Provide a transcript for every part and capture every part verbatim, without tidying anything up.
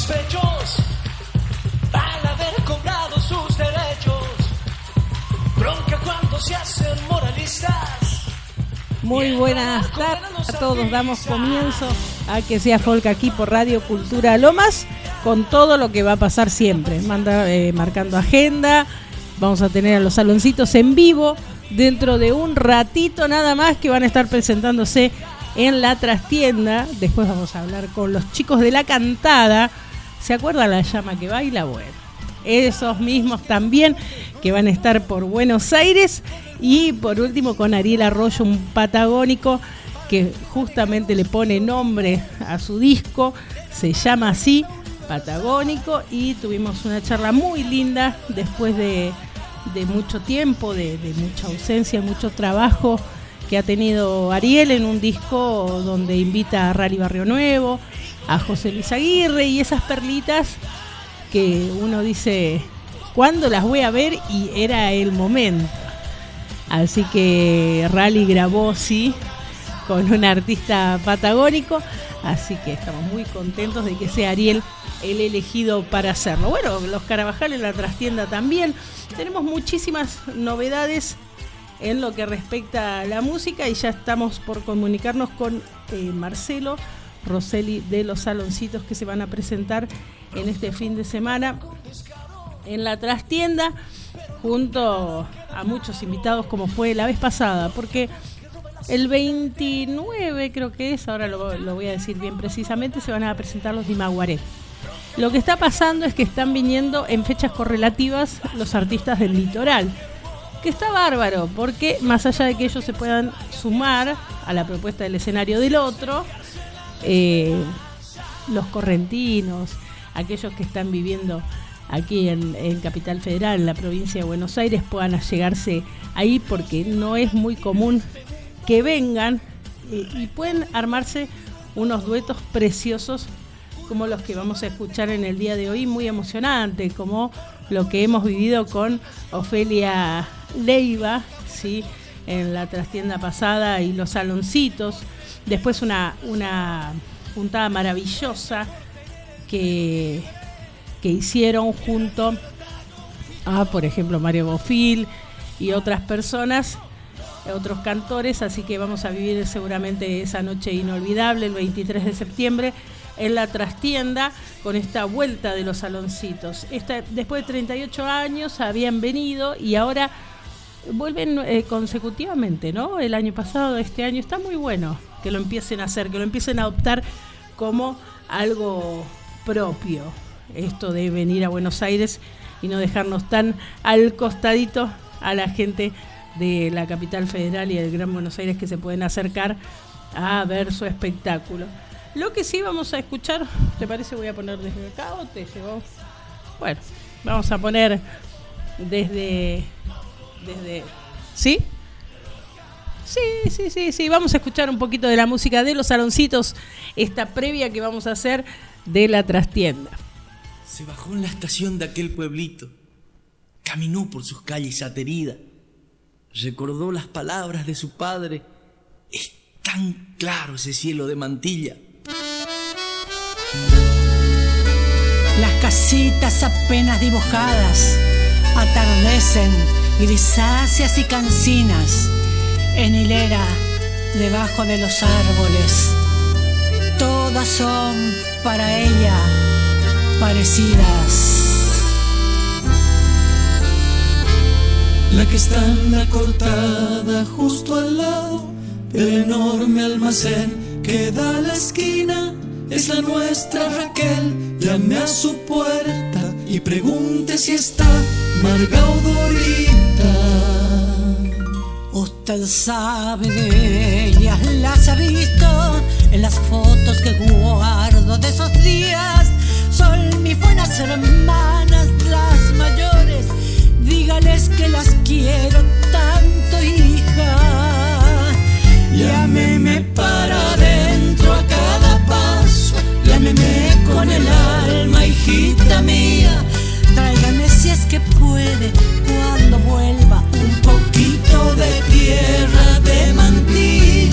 pechos al haber cobrado sus derechos. Bronca cuando se hacen moralistas. Muy buenas tardes a todos, damos comienzo a Que Sea Folk aquí por Radio Cultura Lomas, con todo lo que va a pasar siempre, Manda, eh, marcando agenda. Vamos a tener a los saloncitos en vivo dentro de un ratito nada más, que van a estar presentándose en la trastienda. Después vamos a hablar con los chicos de La Cantada. ¿Se acuerdan La Llama que Baila? Bueno, esos mismos también, que van a estar por Buenos Aires. Y por último con Ariel Arroyo, un patagónico que justamente le pone nombre a su disco, se llama así, Patagónico. Y tuvimos una charla muy linda después de, de mucho tiempo, de, de mucha ausencia, mucho trabajo que ha tenido Ariel en un disco donde invita a Rally Barrio Nuevo, a José Luis Aguirre, y esas perlitas que uno dice, ¿cuándo las voy a ver? Y era el momento. Así que Rally grabó, sí, con un artista patagónico, así que estamos muy contentos de que sea Ariel el elegido para hacerlo. Bueno, los Carabajal en la trastienda también. Tenemos muchísimas novedades en lo que respecta a la música y ya estamos por comunicarnos con eh, Marcelo Rosselli de Los Saloncitos, que se van a presentar en este fin de semana en la trastienda, junto a muchos invitados como fue la vez pasada, porque el veintinueve creo que es, ahora lo, lo voy a decir bien precisamente, se van a presentar los Dimaguaré. Lo que está pasando es que están viniendo en fechas correlativas los artistas del litoral, que está bárbaro, porque más allá de que ellos se puedan sumar a la propuesta del escenario del otro, eh, los correntinos, aquellos que están viviendo aquí en, en Capital Federal, en la provincia de Buenos Aires, puedan allegarse ahí, porque no es muy común que vengan, eh, y pueden armarse unos duetos preciosos como los que vamos a escuchar en el día de hoy, muy emocionante, como lo que hemos vivido con Ofelia Leiva, ¿sí?, en la trastienda pasada, y Los Saloncitos. Después una, una juntada maravillosa que, que hicieron junto a, por ejemplo, Mario Bofil y otras personas, otros cantores. Así que vamos a vivir seguramente esa noche inolvidable el veintitrés de septiembre en la trastienda, con esta vuelta de Los Saloncitos. Esta, después de treinta y ocho años habían venido y ahora vuelven eh, consecutivamente, ¿no? El año pasado, este año. Está muy bueno que lo empiecen a hacer, que lo empiecen a adoptar como algo propio, esto de venir a Buenos Aires y no dejarnos tan al costadito a la gente de la Capital Federal y del Gran Buenos Aires, que se pueden acercar a ver su espectáculo. Lo que sí vamos a escuchar, ¿te parece? Voy a poner desde acá o te llevo. Bueno, vamos a poner desde... desde ¿sí? Sí, sí, sí, sí. Vamos a escuchar un poquito de la música de Los Saloncitos, esta previa que vamos a hacer de la trastienda. Se bajó en la estación de aquel pueblito, caminó por sus calles ateridas, recordó las palabras de su padre. Es tan claro ese cielo de mantilla. Las casitas apenas dibujadas atardecen grisáceas y cansinas en hilera debajo de los árboles. Todas son para ella parecidas. La que está en la cortada justo al lado del enorme almacén que da a la esquina es la nuestra Raquel. Llame a su puerta y pregunte si está Marga o Dorita. Usted sabe de ellas, las ha visto en las fotos que guardo de esos días. Son mis buenas hermanas, las mayores. Dígales que las quiero tanto, hija. Llámeme para adentro a cada paso, llámeme con el alma, hijita mía. Tráigame si es que puede, cuando vuelva, un poquito de tierra de mantilla.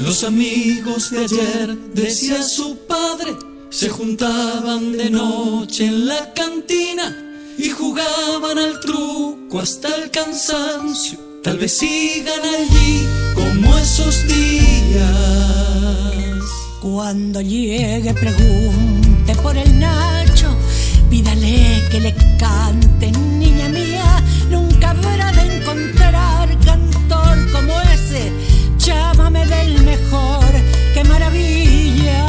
Los amigos de ayer, decía su padre, se juntaban de noche en la cantina y jugaban al truco hasta el cansancio. Tal vez sigan allí como esos días. Cuando llegue pregunte por el Nacho, pídale que le cante, niña mía. Nunca habrá de encontrar cantor como ese. Llámame del mejor, qué maravilla.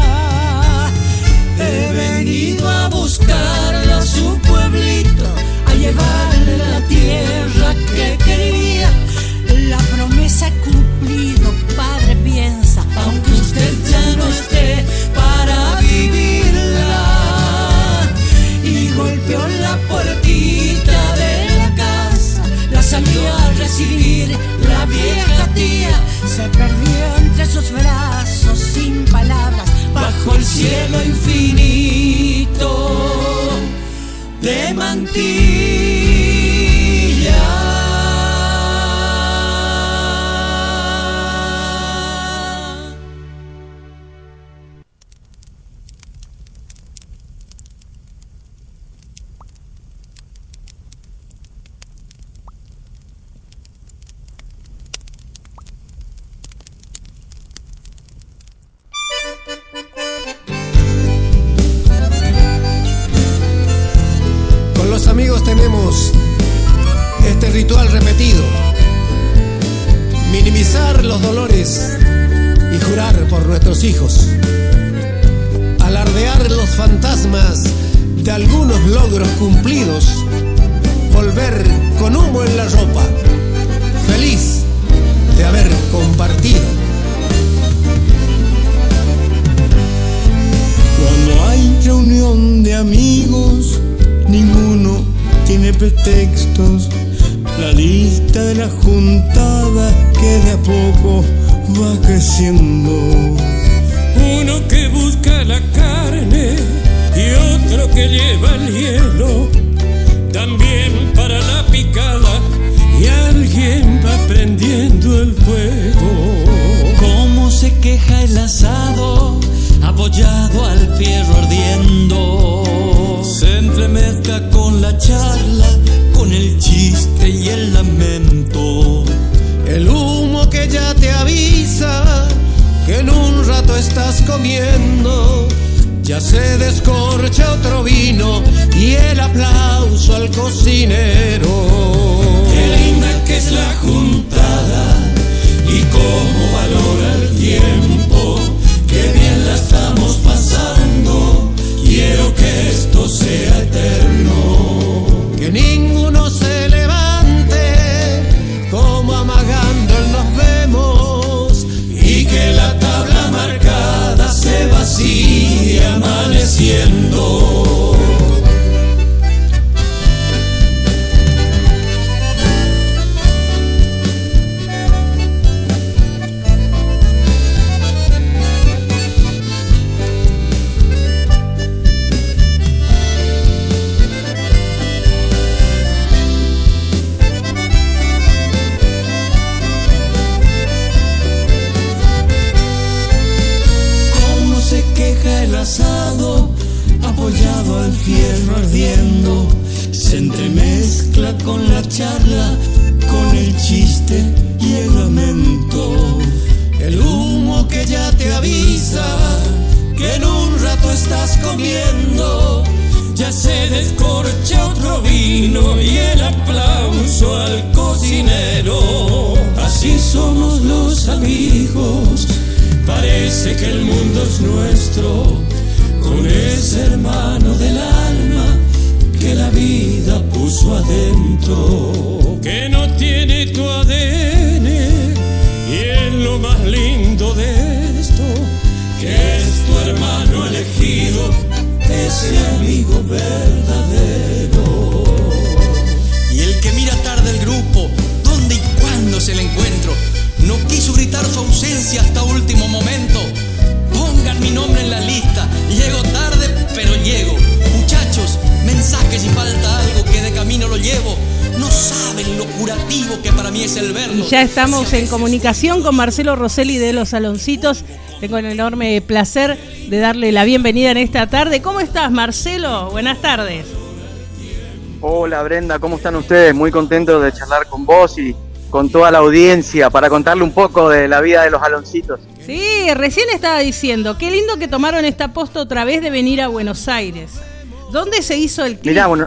He venido a buscarlo a su pueblito, a llevarle la tierra que quería. La promesa he cumplido, padre, piensa, aunque usted ya no esté para vivirla. Y golpeó la puertita de la casa, la salió a recibir la vieja tía. Se perdió entre sus brazos sin palabras, bajo el cielo infinito de Mantilla. Amigos, tenemos este ritual repetido: minimizar los dolores y jurar por nuestros hijos, alardear los fantasmas de algunos logros cumplidos, volver con humo en la ropa, feliz de haber compartido. Cuando hay reunión de amigos, ninguno tiene pretextos. La lista de la juntada que de a poco va creciendo. Uno que busca la carne y otro que lleva el hielo, también para la picada, y alguien va prendiendo el fuego. Cómo se queja el asado, apoyado al fierro ardiendo. Se entremezcla con la charla, con el chiste y el lamento. El humo que ya te avisa que en un rato estás comiendo. Ya se descorcha otro vino y el aplauso al cocinero. Qué linda que es la juntada y cómo valora el tiempo. Qué bien la estamos pasando. Quiero que esto sea eterno. Que ninguno se levante, como amagando nos vemos. Y que la tabla marcada se vacíe amaneciendo. Apoyado al fierro ardiendo, se entremezcla con la charla, con el chiste y el lamento. El humo que ya te avisa que en un rato estás comiendo. Ya se descorcha otro vino y el aplauso al cocinero. Así somos los amigos, parece que el mundo es nuestro, con ese hermano del alma que la vida puso adentro. Que no tiene tu A D N y es lo más lindo de esto, que es tu hermano elegido, ese amigo verdadero. Y el que mira tarde el grupo, ¿dónde y cuándo es el encuentro? No quiso gritar su ausencia hasta último momento. Pongan mi nombre en la lista, llego tarde pero llego. Muchachos, mensaje si falta algo que de camino lo llevo. No sabe vivo que para mí es el verlo. Y ya estamos en comunicación con Marcelo Rosselli de Los Saloncitos. Tengo el enorme placer de darle la bienvenida en esta tarde. ¿Cómo estás, Marcelo? Buenas tardes. Hola, Brenda, ¿cómo están ustedes? Muy contento de charlar con vos y con toda la audiencia para contarle un poco de la vida de Los Saloncitos. Sí, recién estaba diciendo, qué lindo que tomaron esta posta otra vez de venir a Buenos Aires. ¿Dónde se hizo el clip? Mirá, bueno,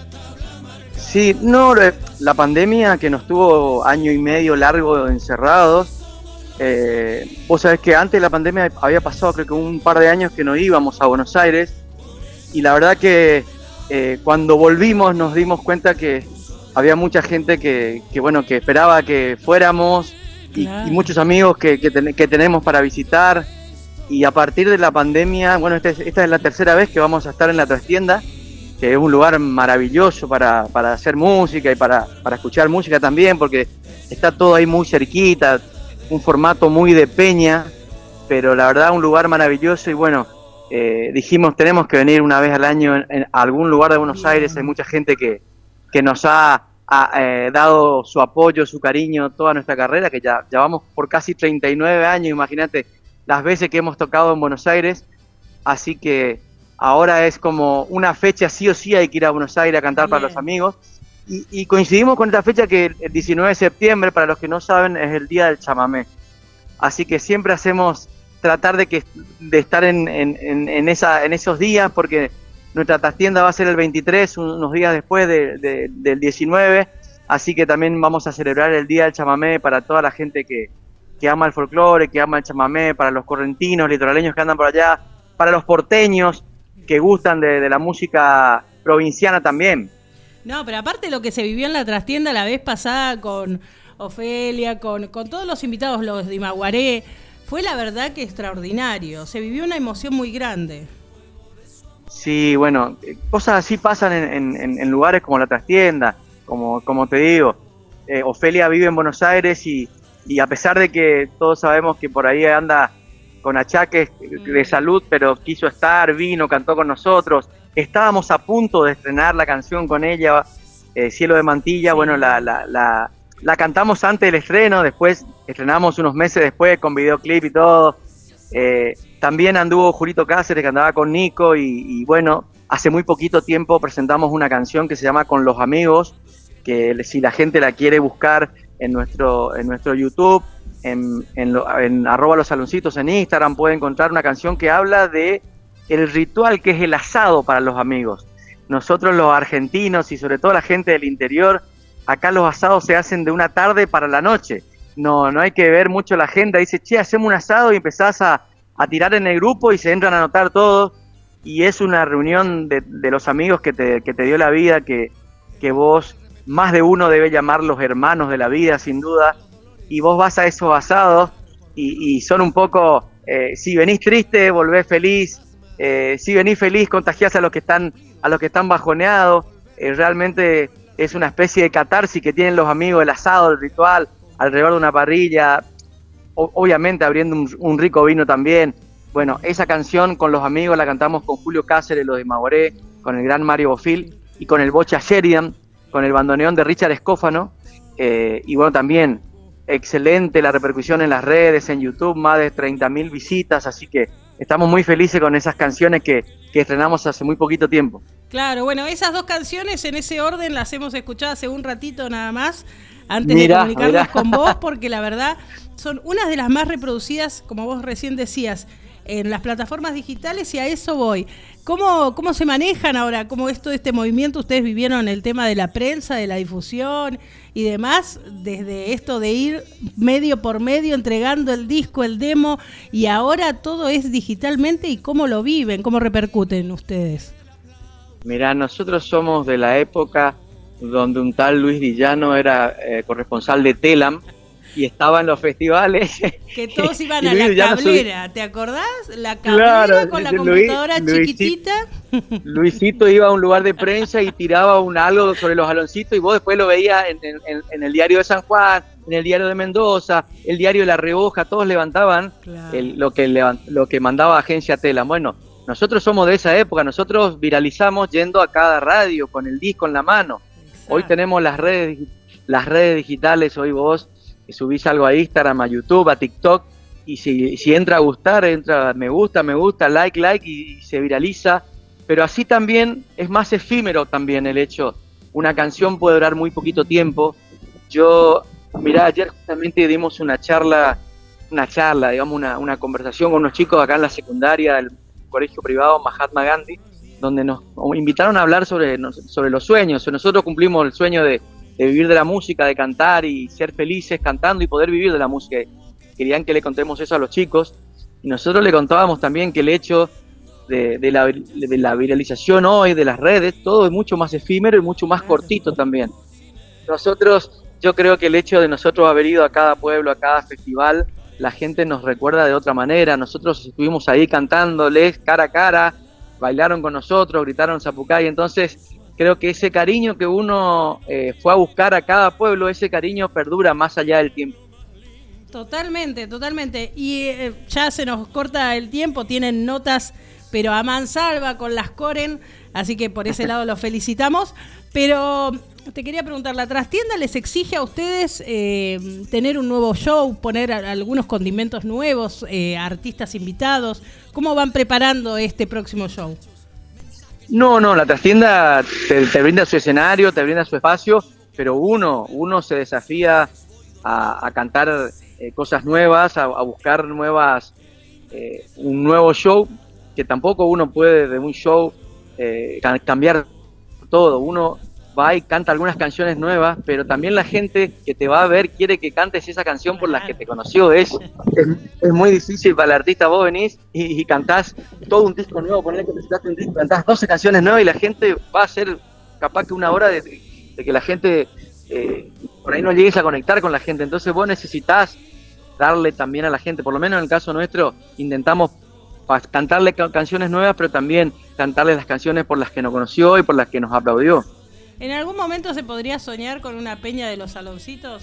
sí, no, la pandemia que nos tuvo año y medio largo encerrados. Eh, vos sabés que antes de la pandemia había pasado creo que un par de años que no íbamos a Buenos Aires y la verdad que eh, cuando volvimos nos dimos cuenta que había mucha gente que, que bueno que esperaba que fuéramos y, claro. y muchos amigos que, que, ten, que tenemos para visitar y a partir de la pandemia, bueno esta es, esta es la tercera vez que vamos a estar en la trastienda, que es un lugar maravilloso para, para hacer música y para, para escuchar música también porque está todo ahí muy cerquita. Un formato muy de peña, pero la verdad un lugar maravilloso y bueno, eh, dijimos tenemos que venir una vez al año en, en algún lugar de Buenos Aires. Hay mucha gente que, que nos ha, ha eh, dado su apoyo, su cariño toda nuestra carrera, que ya, ya vamos por casi treinta y nueve años, imagínate las veces que hemos tocado en Buenos Aires, así que ahora es como una fecha sí o sí hay que ir a Buenos Aires a cantar. Bien. Para los amigos. Y, y coincidimos con esta fecha que el diecinueve de septiembre, para los que no saben, es el día del chamamé. Así que siempre hacemos tratar de que de estar en, en, en, esa, en esos días, porque nuestra trastienda va a ser el veintitrés, unos días después de, de, del diecinueve. Así que también vamos a celebrar el día del chamamé para toda la gente que, que ama el folclore, que ama el chamamé, para los correntinos, litoraleños que andan por allá, para los porteños que gustan de, de la música provinciana también. No, pero aparte de lo que se vivió en la trastienda la vez pasada con Ofelia, con, con todos los invitados, los de Imaguaré, fue la verdad que extraordinario. Se vivió una emoción muy grande. Sí, bueno, cosas así pasan en, en, en lugares como la trastienda, como, como te digo. Eh, Ofelia vive en Buenos Aires y, y a pesar de que todos sabemos que por ahí anda con achaques de salud, pero quiso estar, vino, cantó con nosotros. Estábamos a punto de estrenar la canción con ella, eh, Cielo de Mantilla. Bueno, la, la, la, la cantamos antes del estreno, después estrenamos unos meses después con videoclip y todo. Eh, también anduvo Julito Cáceres, que andaba con Nico, y, y bueno, hace muy poquito tiempo presentamos una canción que se llama Con los Amigos, que si la gente la quiere buscar en nuestro, en nuestro YouTube, en, en, lo, en arroba Los Saloncitos en Instagram, puede encontrar una canción que habla de el ritual que es el asado para los amigos. Nosotros los argentinos y sobre todo la gente del interior, acá los asados se hacen de una tarde para la noche. No, no hay que ver mucho la agenda. Dice, che, hacemos un asado y empezás a, a tirar en el grupo y se entran a anotar todos. Y es una reunión de, de los amigos que te, que te dio la vida, que, que vos, más de uno debe llamar los hermanos de la vida, sin duda. Y vos vas a esos asados y, y son un poco, eh, si venís triste, volvés feliz. Eh, si venís feliz, contagiás a los que están a los que están bajoneados. Eh, realmente es una especie de catarsis que tienen los amigos, el asado, el ritual, alrededor de una parrilla, o, obviamente abriendo un, un rico vino también. Bueno, esa canción con los amigos la cantamos con Julio Cáceres, los de Imaguaré, con el gran Mario Bofil y con el Bocha Sheridan, con el bandoneón de Richard Escófano. Eh, y bueno, también excelente la repercusión en las redes, en YouTube, más de treinta mil visitas, así que estamos muy felices con esas canciones que, que estrenamos hace muy poquito tiempo. Claro, bueno, esas dos canciones en ese orden las hemos escuchado hace un ratito nada más, antes mirá, de comunicarnos mirá. con vos, porque la verdad son unas de las más reproducidas, como vos recién decías, en las plataformas digitales, y a eso voy. ¿Cómo, cómo se manejan ahora? ¿Cómo es todo este movimiento? Ustedes vivieron el tema de la prensa, de la difusión y demás, desde esto de ir medio por medio entregando el disco, el demo, y ahora todo es digitalmente. ¿Y cómo lo viven? ¿Cómo repercuten ustedes? Mirá, nosotros somos de la época donde un tal Luis Villano era eh, corresponsal de Telam y estaba en los festivales. Que todos iban a la cablera, ¿te acordás? La cablera, claro, con la Luis, computadora Luisito, chiquitita. Luisito iba a un lugar de prensa y tiraba un algo sobre los Saloncitos y vos después lo veías en, en, en el diario de San Juan, en el diario de Mendoza, el diario de La Rioja, todos levantaban claro. el, lo, que levant, lo que mandaba Agencia Telam. Bueno, nosotros somos de esa época, nosotros viralizamos yendo a cada radio con el disco en la mano. Hoy tenemos las redes, las redes digitales, hoy vos subís algo a Instagram, a YouTube, a TikTok, y si, si entra a gustar, entra me gusta, me gusta, like, like, y, y se viraliza. Pero así también es más efímero también el hecho. Una canción puede durar muy poquito tiempo. Yo, mirá, ayer justamente dimos una charla, una charla, digamos, una, una conversación con unos chicos acá en la secundaria del colegio privado Mahatma Gandhi, donde nos invitaron a hablar sobre, sobre los sueños. Nosotros cumplimos el sueño de, de vivir de la música, de cantar y ser felices cantando y poder vivir de la música. Querían que le contemos eso a los chicos, y nosotros le contábamos también que el hecho de, de, la, de la viralización hoy, de las redes, todo es mucho más efímero y mucho más cortito también. Nosotros, yo creo que el hecho de nosotros haber ido a cada pueblo, a cada festival, la gente nos recuerda de otra manera. Nosotros estuvimos ahí cantándoles cara a cara, bailaron con nosotros, gritaron Zapucay. Entonces creo que ese cariño que uno eh, fue a buscar a cada pueblo, ese cariño perdura más allá del tiempo. Totalmente, totalmente. Y eh, ya se nos corta el tiempo, tienen notas, pero a mansalva con las Coren, así que por ese lado los felicitamos. Pero te quería preguntar, ¿la trastienda les exige a ustedes eh, tener un nuevo show, poner a, algunos condimentos nuevos, eh, artistas invitados? ¿Cómo van preparando este próximo show? No, no, la trastienda te, te brinda su escenario, te brinda su espacio, pero uno, uno se desafía a, a cantar eh, cosas nuevas, a, a buscar nuevas, eh, un nuevo show, que tampoco uno puede de un show eh, cambiar todo. Uno va y canta algunas canciones nuevas, pero también la gente que te va a ver quiere que cantes esa canción por la que te conoció. Es, es, es muy difícil para el artista. Vos venís y, y cantás todo un disco nuevo, ponele que presentaste un disco, cantás doce canciones nuevas y la gente va a ser capaz que una hora de, de que la gente, eh, por ahí no llegues a conectar con la gente. Entonces vos necesitás darle también a la gente, por lo menos en el caso nuestro, intentamos cantarle canciones nuevas, pero también cantarle las canciones por las que nos conoció y por las que nos aplaudió. ¿En algún momento se podría soñar con una peña de los saloncitos?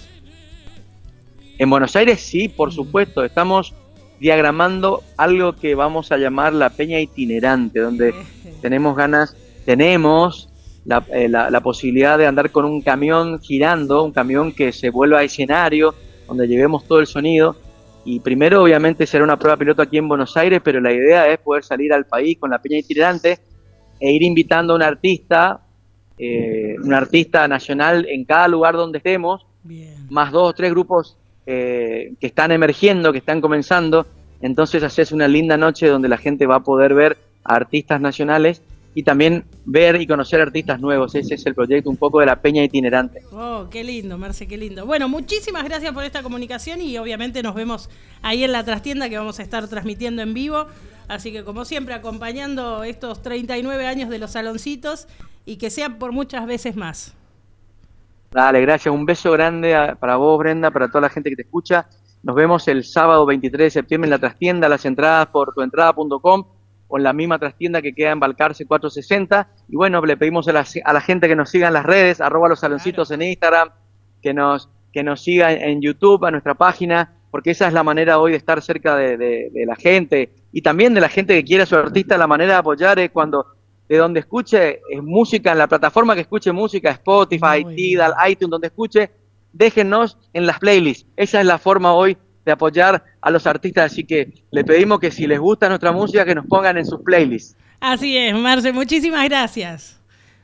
En Buenos Aires sí, por supuesto. Estamos diagramando algo que vamos a llamar la peña itinerante, donde tenemos ganas, tenemos la, eh, la, la posibilidad de andar con un camión girando, un camión que se vuelva a escenario, donde llevemos todo el sonido. Y primero obviamente será una prueba piloto aquí en Buenos Aires, pero la idea es poder salir al país con la peña itinerante e ir invitando a un artista, eh, un artista nacional en cada lugar donde estemos. Bien. Más dos o tres grupos eh, que están emergiendo, que están comenzando. Entonces haces una linda noche donde la gente va a poder ver a artistas nacionales y también ver y conocer artistas nuevos. Ese es el proyecto un poco de la peña itinerante. Oh, qué lindo, Marce, qué lindo. Bueno, muchísimas gracias por esta comunicación y obviamente nos vemos ahí en la trastienda que vamos a estar transmitiendo en vivo. Así que como siempre, acompañando estos treinta y nueve años de los saloncitos y que sean por muchas veces más. Dale, gracias. Un beso grande a, para vos, Brenda, para toda la gente que te escucha. Nos vemos el sábado veintitrés de septiembre en la trastienda. Las entradas por tu entrada punto com o en la misma trastienda que queda en Balcarce cuatrocientos sesenta. Y bueno, le pedimos a la, a la gente que nos siga en las redes, arroba los saloncitos en Instagram, que nos, que nos siga en, en YouTube, a nuestra página, porque esa es la manera hoy de estar cerca de, de, de la gente y también de la gente que quiere a su artista. La manera de apoyar es cuando de donde escuche es música, en la plataforma que escuche música, Spotify, Tidal, iTunes, donde escuche, déjennos en las playlists. Esa es la forma hoy de apoyar a los artistas, así que le pedimos que si les gusta nuestra música, que nos pongan en sus playlists. Así es, Marce, muchísimas gracias.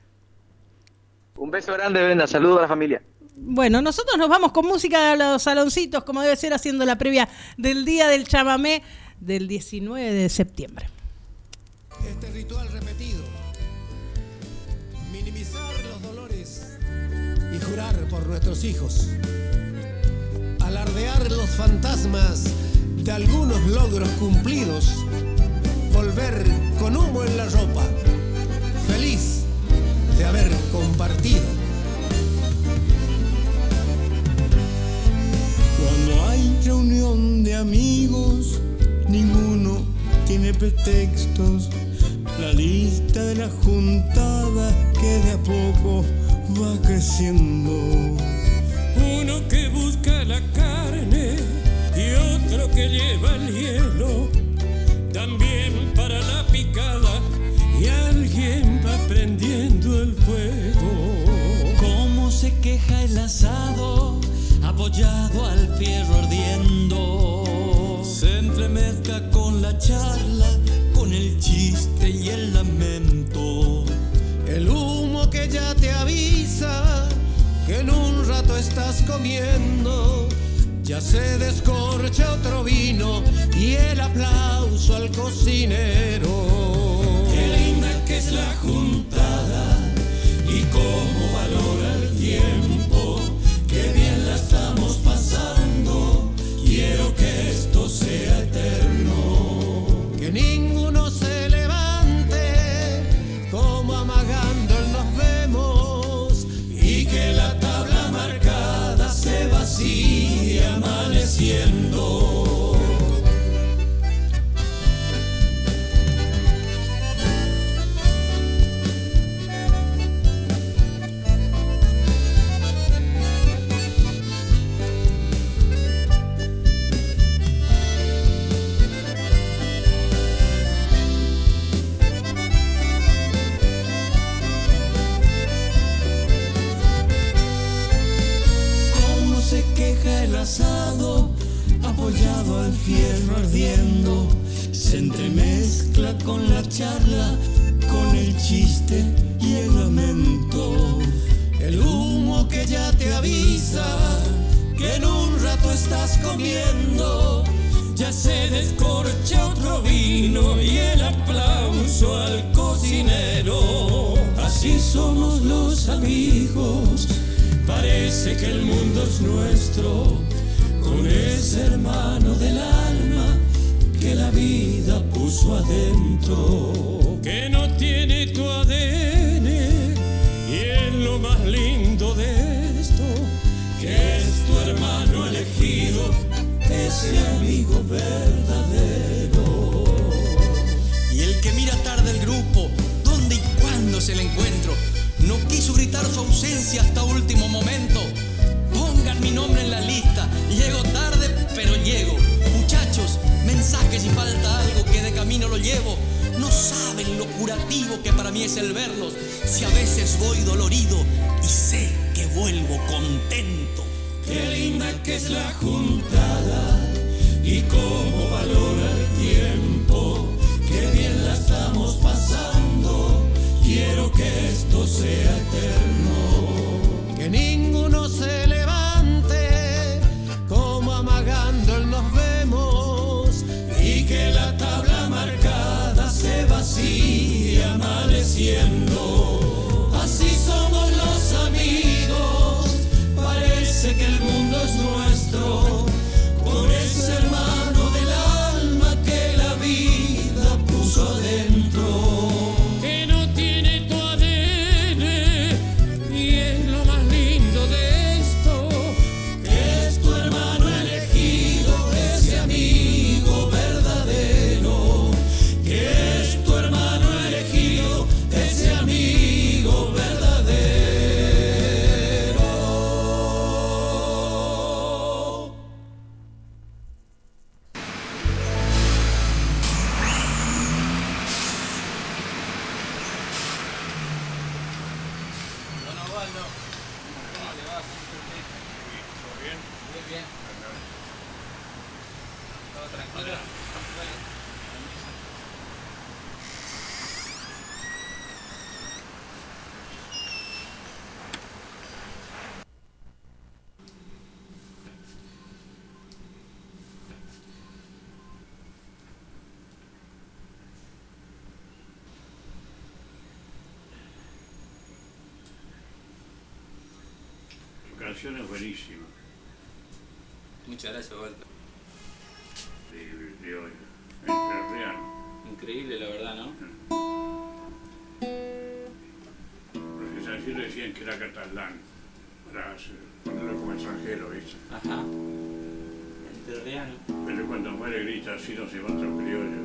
Un beso grande, Brenda, saludos a la familia. Bueno, nosotros nos vamos con música de los saloncitos, como debe ser, haciendo la previa del Día del Chamamé del diecinueve de septiembre. Este ritual repetido, minimizar los dolores y jurar por nuestros hijos, alardear los fantasmas de algunos logros cumplidos, volver con humo en la ropa, feliz de haber compartido. Cuando hay reunión de amigos, ninguno tiene pretextos. La lista de la juntada que de a poco va creciendo. Uno que busca la carne y otro que lleva el hielo, también para la picada, y alguien va prendiendo el fuego. Como queja el asado, apoyado al fierro ardiendo. Se entremezcla con la charla, con el chiste y el lamento. El humo que ya te avisa que en un rato estás comiendo. Ya se descorcha otro vino y el aplauso al cocinero. Qué linda que es la juntada y cómo valora el tiempo. Qué bien la estamos pasando, quiero que esto sea eterno. Que ninguno se levante, como amagando el nos vemos. Y que la tabla marcada se vacíe amaneciendo. Apoyado al fierro ardiendo, se entremezcla con la charla, con el chiste y el lamento. El humo que ya te avisa que en un rato estás comiendo. Ya se descorcha otro vino y el aplauso al cocinero. Así somos los amigos, parece que el mundo es nuestro. Con ese hermano del alma que la vida puso adentro. Que no tiene tu A D N y es lo más lindo de esto. Que es tu hermano elegido, ese amigo verdadero. Y el que mira tarde el grupo, ¿dónde y cuándo es el encuentro? No quiso gritar su ausencia hasta último momento. Pongan mi nombre en la lista, llego tarde pero llego. Muchachos, mensaje si falta algo que de camino lo llevo. No saben lo curativo que para mí es el verlos. Si a veces voy dolorido y sé que vuelvo contento. Qué linda que es la juntada y cómo valora el tiempo. Qué bien la estamos pasando, quiero que esto sea eterno. Que ninguno se levante, como amagando el nos vemos. Y que la tabla marcada se vacíe amaneciendo. Así somos los amigos, parece que el mundo es nuestro. Por ese hermano del alma que la vida puso adentro. Que no tiene tu A D N y es lo más lindo de esto. Que es tu hermano elegido, ese amigo verdadero. Que es tu hermano elegido, ese amigo verdadero. La canción es buenísima. Muchas gracias, Walter. De, de hoy. Entrerriano. Increíble, la verdad, ¿no? Los extranjeros decían que era catalán, para ponerlo como extranjero, ¿viste? Ajá. Entrerriano. Pero cuando muere grita así, no se va otro criollo.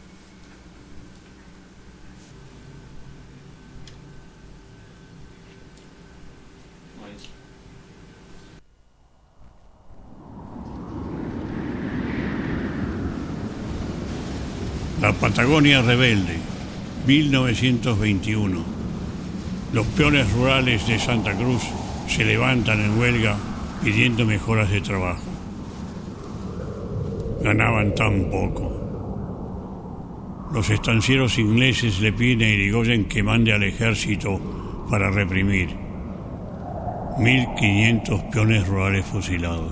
La Patagonia Rebelde, mil novecientos veintiuno. Los peones rurales de Santa Cruz se levantan en huelga pidiendo mejoras de trabajo. Ganaban tan poco. Los estancieros ingleses le piden a Irigoyen que mande al ejército para reprimir. mil quinientos peones rurales fusilados.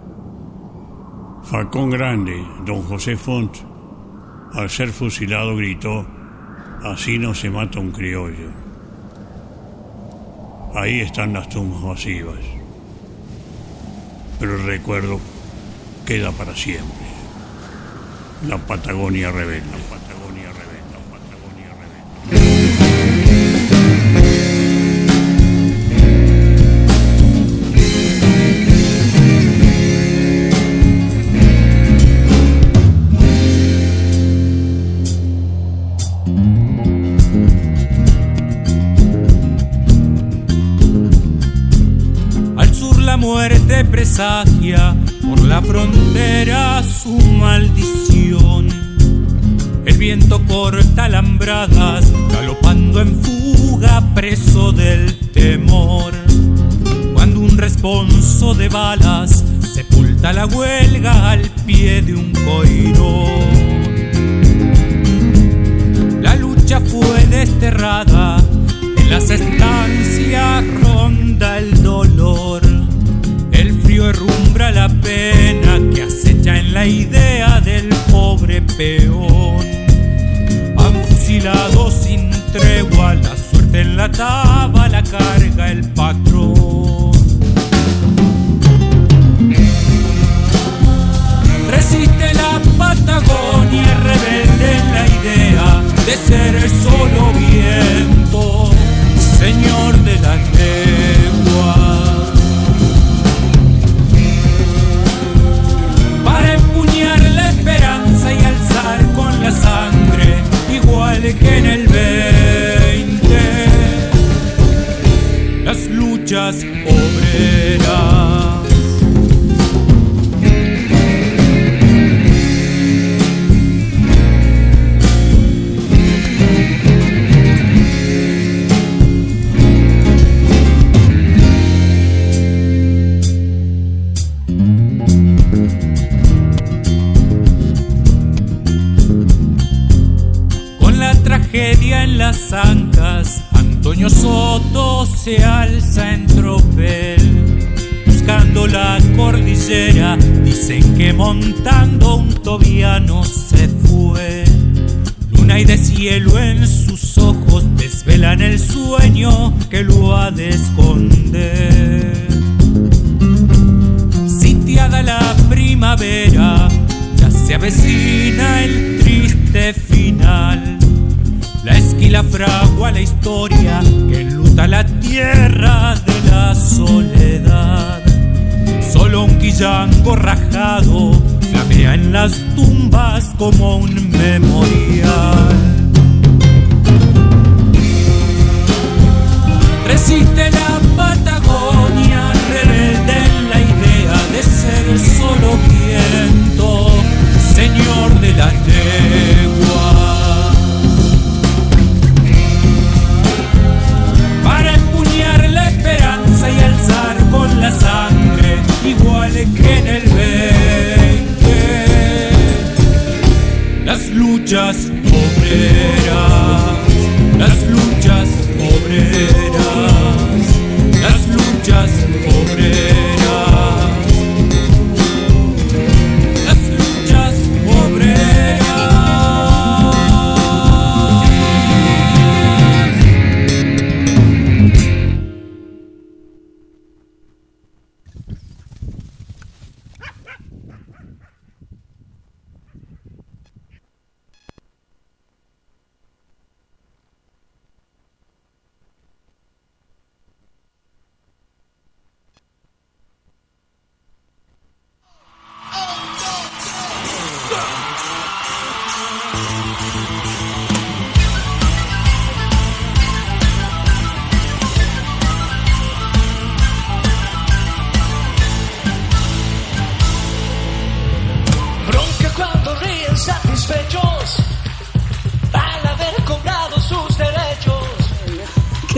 Falcón Grande, don José Font, al ser fusilado gritó: así no se mata un criollo. Ahí están las tumbas masivas. Pero el recuerdo queda para siempre. La Patagonia rebelde. La Patagonia rebelde. La Patagonia muerte presagia por la frontera su maldición. El viento corta alambradas, galopando en fuga, preso del temor. Cuando un responso de balas sepulta la huelga al pie de un coirón. La lucha fue desterrada, en las estancias ronda el dolor. El frío herrumbra la pena que acecha en la idea del pobre peón. Han fusilado sin tregua, la suerte enlataba, la carga el patrón. Resiste la Patagonia rebelde en la idea de ser el solo viento, señor de la tregua. Para empuñar la esperanza y alzar con la sangre, igual que en el veinte, las luchas obreras. Tragedia en las ancas, Antonio Soto se alza en tropel. Buscando la cordillera, dicen que montando un tobiano se fue. Luna y de cielo en sus ojos desvelan el sueño que lo ha de esconder. Sitiada la primavera, ya se avecina el triste final. La esquila fragua la historia que enluta la tierra de la soledad. Solo un quillango rajado flamea en las tumbas como un memorial. Resiste la Patagonia rebelde en la idea de ser el solo viento, señor de la tregua. Y alzar con la sangre, igual que en el veinte, las luchas obreras, las luchas obreras,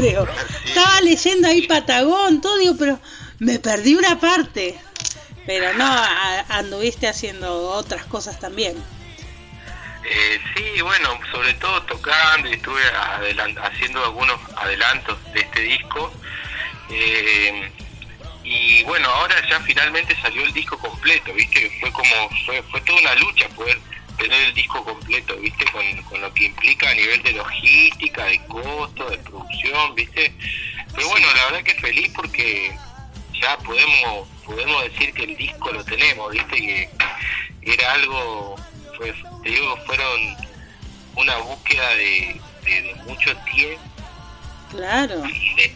creo. Estaba leyendo ahí Patagón, todo, digo, pero me perdí una parte. Pero no, a, anduviste haciendo otras cosas también. Eh, sí, bueno, sobre todo tocando y estuve adelant- haciendo algunos adelantos de este disco. Eh, y bueno, ahora ya finalmente salió el disco completo, ¿viste? Que fue como, fue, fue toda una lucha poder tener el disco completo, ¿viste? Con, con lo que implica a nivel de logística, de costo, de producción, ¿viste? Pero bueno, la verdad que feliz porque ya podemos podemos decir que el disco lo tenemos, ¿viste? Que era algo, fue, te digo, fueron una búsqueda de, de, de mucho tiempo. Claro. De,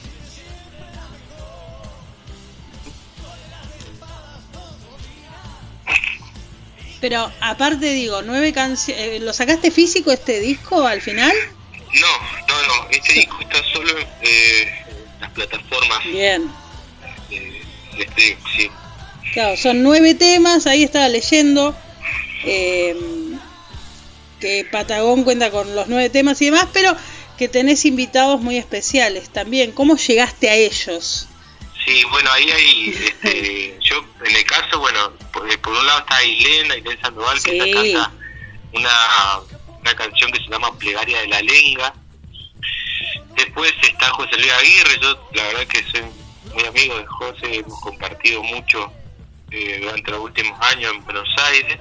Pero aparte digo, nueve canciones, ¿lo sacaste físico este disco al final? No, no, no, este sí. disco está solo eh, en las plataformas. Bien. De, de este, sí. Claro, son nueve temas, ahí estaba leyendo eh, que Patagón cuenta con los nueve temas y demás, pero que tenés invitados muy especiales también. ¿Cómo llegaste a ellos? Sí, bueno, ahí hay, este, yo en el caso, bueno, por, por un lado está Ailén, Ailén Sandoval, sí. que ella canta una, una canción que se llama Plegaria de la Lenga. Después está José Luis Aguirre, yo la verdad que soy muy amigo de José, hemos compartido mucho eh, durante los últimos años en Buenos Aires.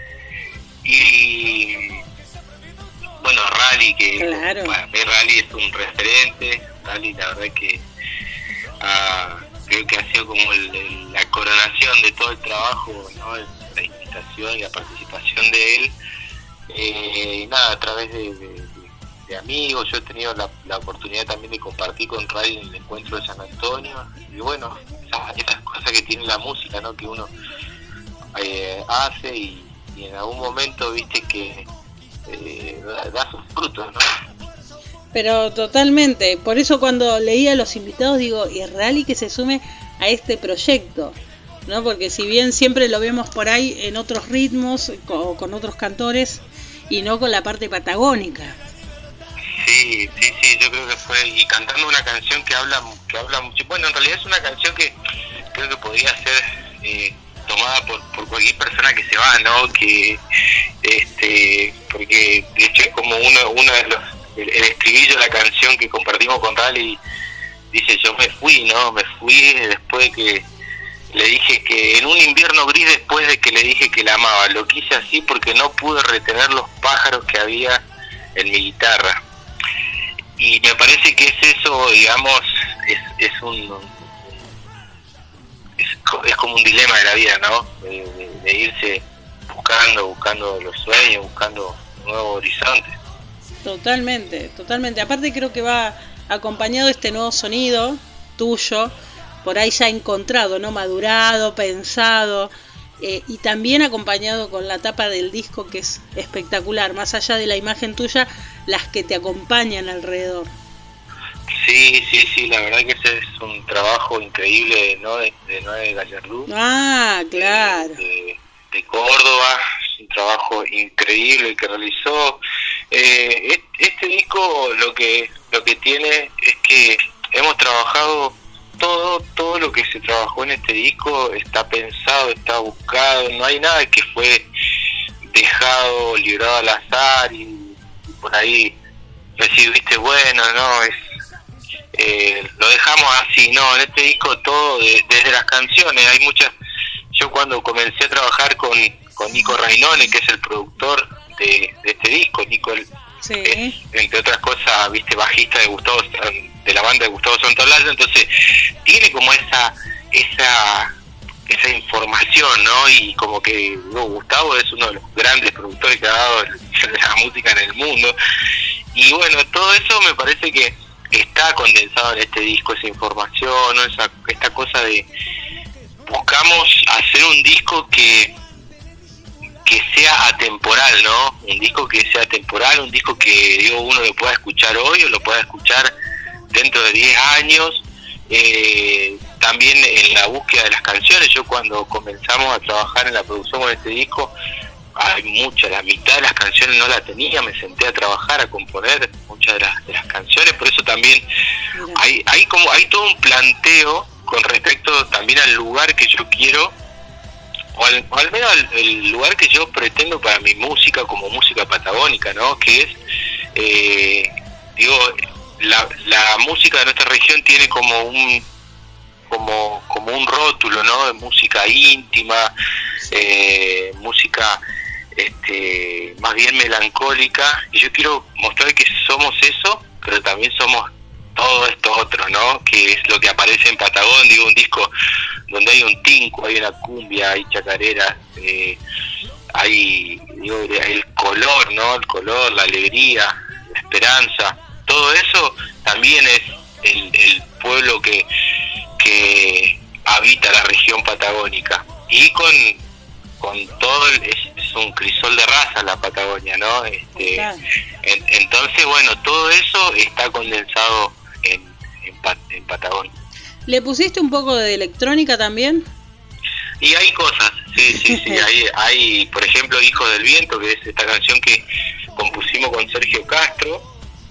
Y bueno, Rally, que claro. Para mí Rally es un referente, Rally la verdad que ah, creo que ha sido como el, el, la coronación de todo el trabajo, ¿no? La invitación y la participación de él, eh, y nada, a través de, de, de amigos. Yo he tenido la, la oportunidad también de compartir con Rally en el encuentro de San Antonio, y bueno, esas, esas cosas que tiene la música, ¿no? Que uno eh, hace y, y en algún momento viste que eh, da, da sus frutos, ¿no? Pero totalmente, por eso cuando leía a los invitados digo, y Rally que se sume a este proyecto, ¿no? Porque si bien siempre lo vemos por ahí en otros ritmos, con, con otros cantores, y no con la parte patagónica. Sí, sí, sí, yo creo que fue, y cantando una canción que habla, que habla mucho, bueno, en realidad es una canción que creo que podría ser eh, tomada por, por cualquier persona que se va, ¿no? Que, este, porque de hecho es como uno, uno de los, el, el estribillo de la canción que compartimos con Rally, dice, yo me fui, ¿no? Me fui después de que le dije que, en un invierno gris, después de que le dije que la amaba, lo quise así porque no pude retener los pájaros que había en mi guitarra. Y me parece que es eso, digamos, es, es un es, es como un dilema de la vida, ¿no? De, de, de irse buscando, buscando los sueños, buscando nuevos horizontes. Totalmente, totalmente. Aparte creo que va acompañado este nuevo sonido tuyo, por ahí ya encontrado, ¿no? Madurado, pensado, eh, y también acompañado con la tapa del disco, que es espectacular, más allá de la imagen tuya, las que te acompañan alrededor. Sí, sí, sí, la verdad que ese es un trabajo increíble, ¿no? De, de Noé Gallardú. Ah, claro. De, de, de Córdoba, es un trabajo increíble que realizó. Eh, este disco lo que lo que tiene es que hemos trabajado todo todo lo que se trabajó en este disco está pensado, está buscado, no hay nada que fue dejado, librado al azar y, y por ahí decir, viste, bueno, no, es eh, lo dejamos así, no, en este disco todo, de, desde las canciones, hay muchas, yo cuando comencé a trabajar con, con Nico Rainone, que es el productor de, de este disco, Nico sí. es, entre otras cosas, viste, bajista de Gustavo, de la banda de Gustavo Santolaya, entonces tiene como esa esa esa información, ¿no? Y como que no, Gustavo es uno de los grandes productores que ha dado la música en el mundo, y bueno, todo eso me parece que está condensado en este disco, esa información, ¿no? Esa, esta cosa de buscamos hacer un disco que que sea atemporal, ¿no? Un disco que sea atemporal, un disco que digo uno lo pueda escuchar hoy o lo pueda escuchar dentro de diez años. Eh, también en la búsqueda de las canciones, yo cuando comenzamos a trabajar en la producción con este disco, hay muchas, la mitad de las canciones no la tenía, me senté a trabajar, a componer muchas de las, de las canciones, por eso también hay, hay como hay todo un planteo con respecto también al lugar que yo quiero, o al, o al menos el, el lugar que yo pretendo para mi música como música patagónica, ¿no? Que es, eh, digo, la, la música de nuestra región tiene como un como como un rótulo, ¿no? De música íntima, eh, música este más bien melancólica, y yo quiero mostrar que somos eso, pero también somos todo esto otro, ¿no? Que es lo que aparece en Patagón, digo, un disco donde hay un tinco, hay una cumbia, hay chacareras, eh, hay, digo, el color, ¿no? El color, la alegría, la esperanza, todo eso también es el, el pueblo que, que habita la región patagónica, y con con todo el, es, es un crisol de raza la Patagonia, ¿no? Este, en, entonces, bueno, todo eso está condensado en, en, en Patagón. ¿Le pusiste un poco de electrónica también? Y hay cosas, sí, sí, sí, hay, hay, por ejemplo, Hijo del Viento, que es esta canción que compusimos con Sergio Castro,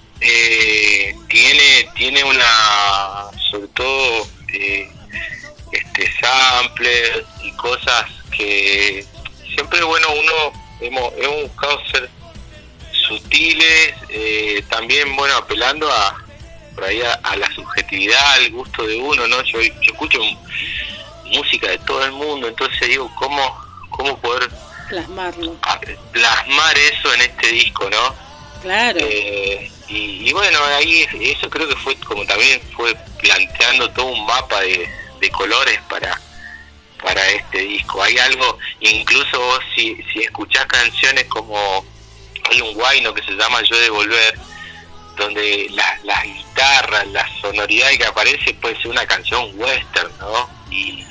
eh, tiene, tiene una, sobre todo, eh, este samples y cosas que siempre, bueno, uno hemos, hemos buscado ser sutiles, eh, también, bueno, apelando a por ahí a, a la subjetividad, al gusto de uno, ¿no? Yo, yo escucho música de todo el mundo, entonces digo, ¿cómo, cómo poder plasmarlo? A, plasmar eso en este disco, ¿no? Claro. Eh, y, y bueno, ahí eso creo que fue como también fue planteando todo un mapa de, de colores para para este disco. Hay algo, incluso vos si, si escuchás canciones como, hay un guayno que se llama Yo de Volver, donde las la guitarras, la sonoridad que aparece puede ser una canción western, ¿no? Y,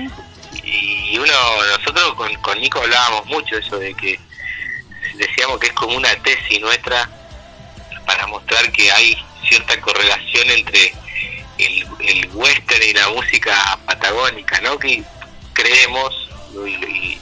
y uno, nosotros con, con Nico hablábamos mucho de eso, de que decíamos que es como una tesis nuestra para mostrar que hay cierta correlación entre el, el western y la música patagónica, ¿no? Que creemos y, y,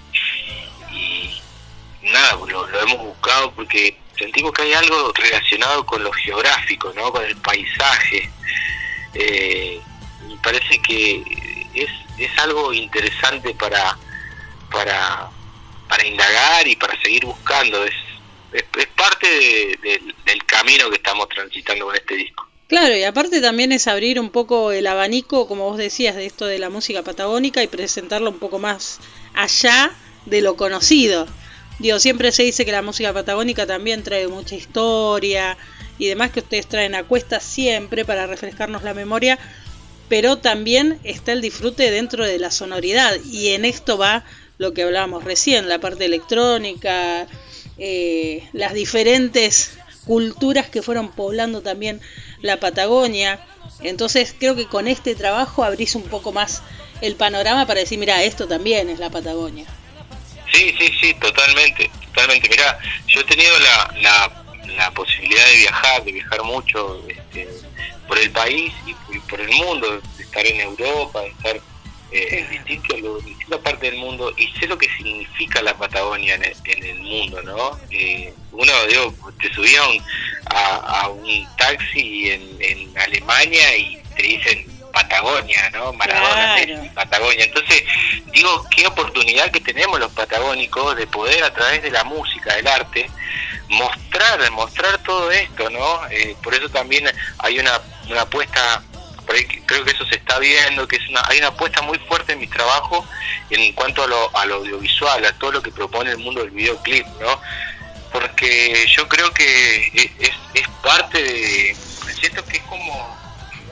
y nada, lo, lo hemos buscado porque sentimos que hay algo relacionado con lo geográfico, ¿no? Con el paisaje. Eh, me parece que es, es algo interesante para para para indagar y para seguir buscando. Es, es, es parte de, de, del camino que estamos transitando con este disco. Claro, y aparte también es abrir un poco el abanico, como vos decías, de esto de la música patagónica y presentarlo un poco más allá de lo conocido. Digo, siempre se dice que la música patagónica también trae mucha historia y demás, que ustedes traen a cuestas siempre para refrescarnos la memoria, pero también está el disfrute dentro de la sonoridad, y en esto va lo que hablábamos recién, la parte electrónica, eh, las diferentes culturas que fueron poblando también la Patagonia. Entonces creo que con este trabajo abrís un poco más el panorama para decir, mira, esto también es la Patagonia. Sí, sí, sí, totalmente, totalmente. Mirá, yo he tenido la, la, la posibilidad de viajar, de viajar mucho este, por el país y, y por el mundo, de estar en Europa, de estar eh, en, distintos, en distintas partes del mundo, y sé lo que significa la Patagonia en el, en el mundo, ¿no? Eh, uno, digo, te subía a un, a, a un taxi en, en Alemania y te dicen Patagonia, ¿no? Maradona, claro. Es Patagonia. Entonces, digo, qué oportunidad que tenemos los patagónicos de poder a través de la música, del arte, mostrar, mostrar todo esto, ¿no? Eh, por eso también hay una, una apuesta, por ahí creo que eso se está viendo, que es una, hay una apuesta muy fuerte en mis trabajos en cuanto a lo, a lo audiovisual, a todo lo que propone el mundo del videoclip, ¿no? Porque yo creo que es, es parte de, siento que es como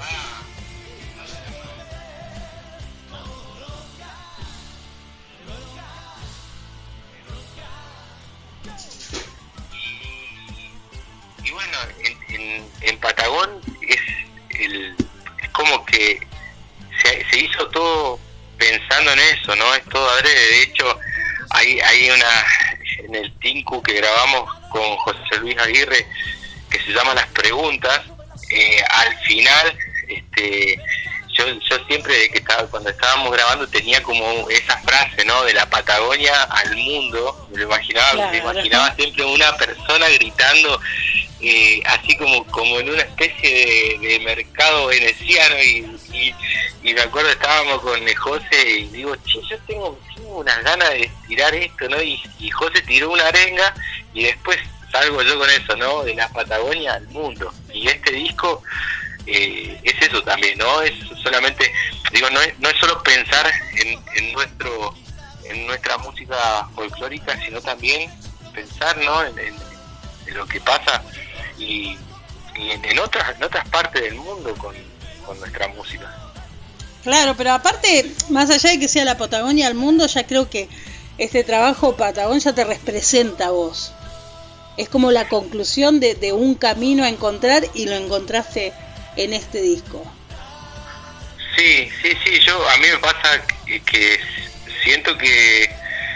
y bueno, en, en, en Patagón es el es como que se, se hizo todo pensando en eso, ¿no? Es todo adrede. De hecho, hay hay una en el Tinku que grabamos con José Luis Aguirre que se llama Las Preguntas. Eh, al final, este yo yo siempre que estaba cuando estábamos grabando tenía como esa frase, ¿no? De la Patagonia al mundo. Me lo imaginaba, claro. Me imaginaba siempre una persona gritando eh, así como como en una especie de, de mercado veneciano y, y, y me acuerdo estábamos con José y digo, che, yo tengo, tengo unas ganas de tirar esto, ¿no? Y, y José tiró una arenga y después salgo yo con eso, ¿no? De la Patagonia al mundo. Y este disco eh, es eso también, ¿no? Es solamente, digo, no es, no es solo pensar en, en nuestro en nuestra música folclórica, sino también pensar, ¿no? En, en, en lo que pasa y, y en, en otras en otras partes del mundo con, con nuestra música. Claro, pero aparte, más allá de que sea la Patagonia al mundo, ya creo que este trabajo Patagón ya te representa a vos. Es como la conclusión de, de un camino a encontrar y lo encontraste en este disco. Sí, sí, sí, yo a mí me pasa que, que siento que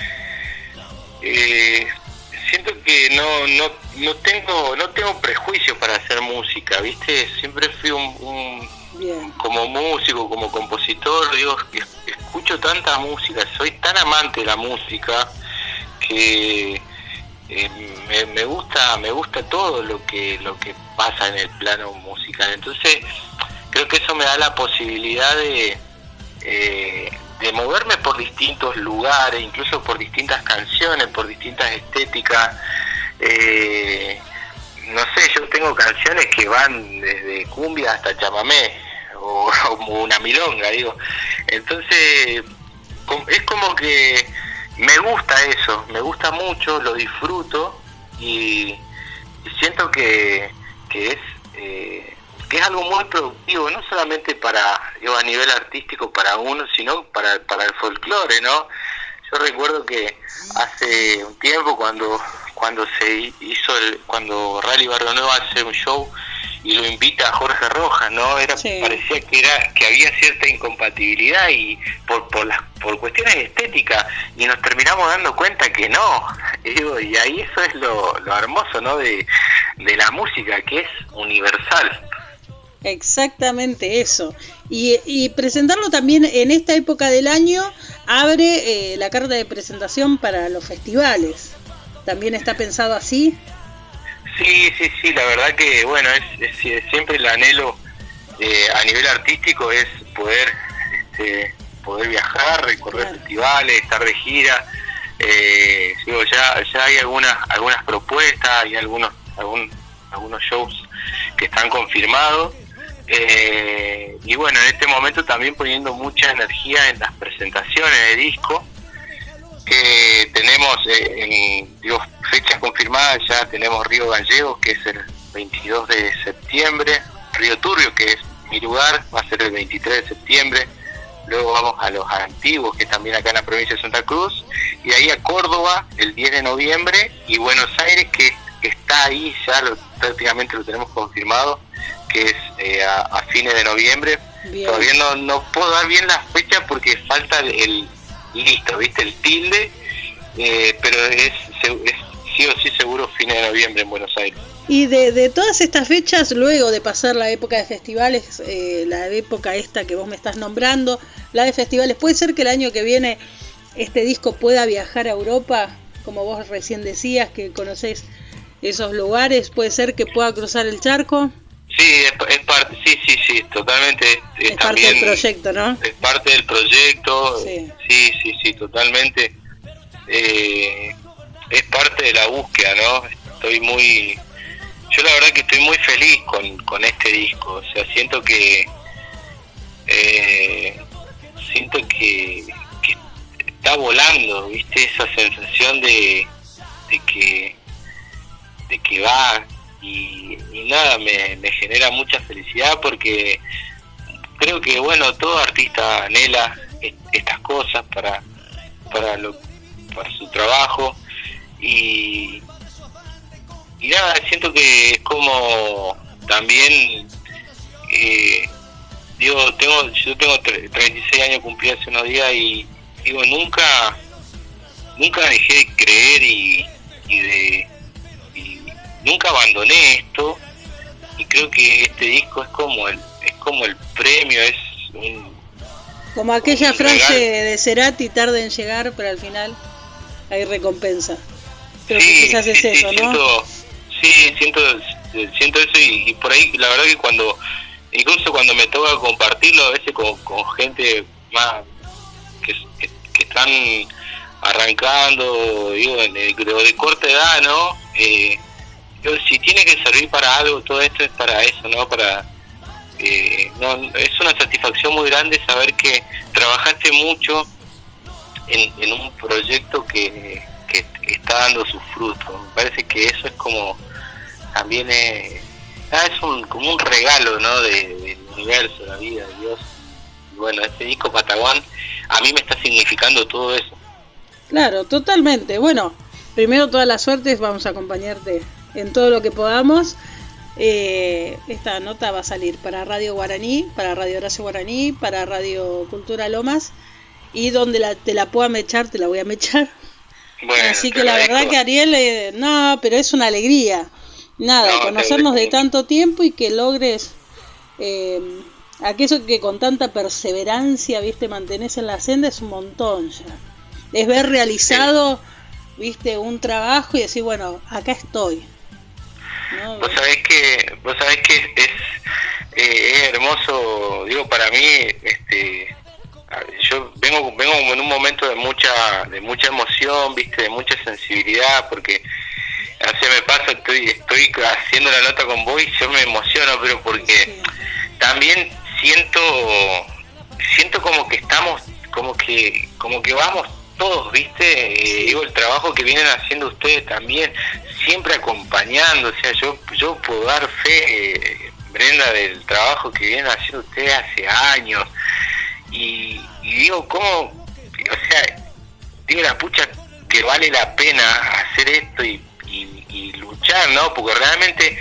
eh, siento que no no no tengo no tengo prejuicios para hacer música, ¿viste? Siempre fui un, un Bien. Como músico, como compositor, digo, escucho tanta música, soy tan amante de la música que eh, me, me gusta me gusta todo lo que lo que pasa en el plano musical. Entonces creo que eso me da la posibilidad de eh, de moverme por distintos lugares, incluso por distintas canciones, por distintas estéticas. eh, no sé, yo tengo canciones que van desde cumbia hasta chamamé o, o una milonga, digo. Entonces es como que me gusta eso, me gusta mucho, lo disfruto y, y siento que, que es eh, que es algo muy productivo, no solamente para, digo, a nivel artístico para uno, sino para, para el folclore, ¿no? Yo recuerdo que hace un tiempo cuando cuando se hizo el, cuando Rally Barrio Nuevo hace un show y lo invita a Jorge Rojas, ¿no? Era sí. Parecía que era que había cierta incompatibilidad y por por las por cuestiones estéticas y nos terminamos dando cuenta que no. Y, digo, y ahí eso es lo, lo hermoso, ¿no? De, de la música, que es universal. Exactamente eso. Y, y presentarlo también en esta época del año abre eh, la carta de presentación para los festivales. ¿También está pensado así? Sí, sí, sí, la verdad que, bueno, es, es siempre el anhelo eh, a nivel artístico es poder este, poder viajar, recorrer claro. festivales, estar de gira. Eh, digo, ya ya hay algunas algunas propuestas, hay algunos algún, algunos shows que están confirmados. Eh, y bueno, en este momento también poniendo mucha energía en las presentaciones de disco que tenemos eh, en digo, fechas confirmadas. Ya tenemos Río Gallegos, que es el veintidós de septiembre, Río Turbio, que es mi lugar, va a ser el veintitrés de septiembre, luego vamos a Los Antiguos, que es también acá en la provincia de Santa Cruz, y de ahí a Córdoba el diez de noviembre, y Buenos Aires, que, que está ahí, ya lo, prácticamente lo tenemos confirmado, que es eh, a, a fines de noviembre. Bien. Todavía no, no puedo dar bien las fechas porque falta el, el listo, viste, el tilde, eh, pero es, es sí o sí seguro fines de noviembre en Buenos Aires. Y de, de todas estas fechas, luego de pasar la época de festivales, eh, la época esta que vos me estás nombrando, la de festivales, ¿puede ser que el año que viene este disco pueda viajar a Europa? Como vos recién decías, que conocés esos lugares, ¿puede ser que pueda cruzar el charco? Sí, es, es parte, sí, sí, sí, totalmente. Es, es también, parte del proyecto, ¿no? Es parte del proyecto, sí, sí, sí, sí, totalmente. Eh, es parte de la búsqueda, ¿no? Estoy muy, yo la verdad que estoy muy feliz con, con este disco. O sea, siento que, eh, siento que, que está volando, ¿viste? Esa sensación de, de que, de que va. Y, y nada, me, me genera mucha felicidad porque creo que, bueno, todo artista anhela est- estas cosas para para lo para su trabajo y, y nada, siento que es como también eh, digo, tengo yo tengo tre- treinta y seis años cumplí hace unos días y digo, nunca nunca dejé de creer y, y de nunca abandoné esto y creo que este disco es como el es como el premio, es un, como aquella un frase regalo. de Cerati, tarda en llegar, pero al final hay recompensa. Creo sí, que quizás sí, es sí, eso, ¿no? Siento, sí, siento siento eso y, y por ahí la verdad que cuando, incluso cuando me toca compartirlo a veces con, con gente más que, que, que están arrancando, digo, de, de, de corta edad, ¿no? Eh, yo, si tiene que servir para algo, todo esto es para eso, ¿no? Para eh, no, es una satisfacción muy grande saber que trabajaste mucho en, en un proyecto que, que está dando sus frutos. Me parece que eso es como también es, ah, es un, como un regalo, ¿no? De, del universo, la vida, de Dios. Y bueno, este disco Pataguán a mí me está significando todo eso. Claro, totalmente. Bueno, primero toda la suerte, vamos a acompañarte en todo lo que podamos. Eh, esta nota va a salir para Radio Guaraní, para Radio Horacio Guaraní, para Radio Cultura Lomas, y donde la, te la pueda mechar, te la voy a mechar. Bueno, así que la verdad que Ariel, eh, no, pero es una alegría, nada, no, conocernos de tanto tiempo y que logres eh, aquello que con tanta perseverancia, viste, mantenés en la senda, es un montón ya. Es ver realizado, viste, un trabajo y decir, bueno, acá estoy. ¿No? Vos sabés que, vos sabés que es, eh, es hermoso, digo, para mí, este, yo vengo, vengo en un momento de mucha, de mucha emoción, viste, de mucha sensibilidad, porque así me pasa, estoy, estoy haciendo la nota con vos y yo me emociono, pero porque sí. También siento, siento como que estamos, como que, como que vamos todos, viste, eh, digo, el trabajo que vienen haciendo ustedes también, siempre acompañando, o sea, yo yo puedo dar fe, eh, Brenda, del trabajo que vienen haciendo ustedes hace años, y, y digo, ¿cómo? O sea, digo, la pucha, que vale la pena hacer esto y, y, y luchar, ¿no? Porque realmente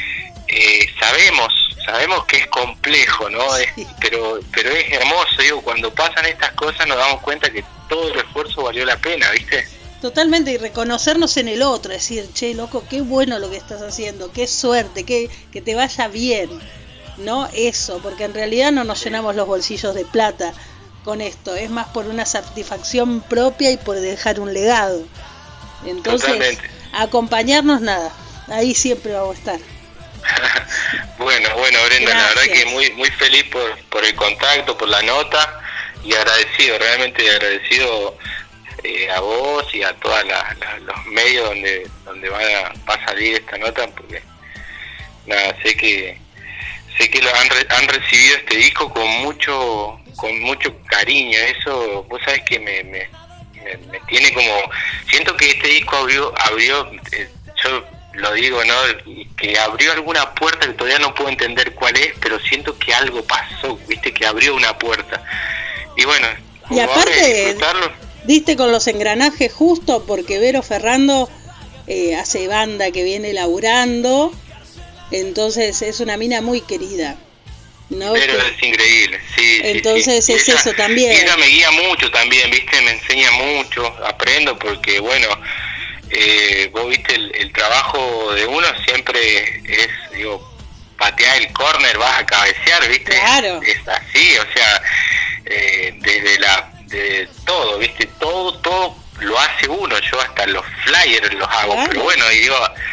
eh, sabemos, sabemos que es complejo, ¿no? Es, pero pero es hermoso, digo, cuando pasan estas cosas nos damos cuenta que todo el esfuerzo valió la pena, ¿viste? Totalmente, y reconocernos en el otro, decir, che, loco, qué bueno lo que estás haciendo, qué suerte, que, que te vaya bien, ¿no? Eso, porque en realidad no nos llenamos los bolsillos de plata con esto, es más por una satisfacción propia y por dejar un legado. Entonces, totalmente. Acompañarnos, nada, ahí siempre vamos a estar. Bueno, bueno, Brenda, gracias. La verdad que muy muy feliz por, por el contacto, por la nota, y agradecido, realmente agradecido eh, a vos y a todos los medios donde donde va a, va a salir esta nota, porque nada, sé que sé que lo han, re, han recibido este disco con mucho con mucho cariño. Eso, vos sabés que me, me, me, me tiene como, siento que este disco abrió abrió eh, yo lo digo, ¿no? Que abrió alguna puerta que todavía no puedo entender cuál es, pero siento que algo pasó, viste, que abrió una puerta. Y bueno, y aparte diste con los engranajes justo, porque Vero Ferrando eh, hace banda que viene laburando, entonces es una mina muy querida, ¿no? Pero que... es increíble, sí. Entonces sí, sí. es ella, eso también. Ella me guía mucho también, viste, me enseña mucho, aprendo, porque bueno, eh, vos viste, el, el trabajo de uno siempre es, digo, patear el córner, vas a cabecear, viste. Claro. Es así, o sea, eh, desde la, de todo, viste, todo, todo lo hace uno, yo hasta los flyers los hago, claro. Pero bueno, y digo,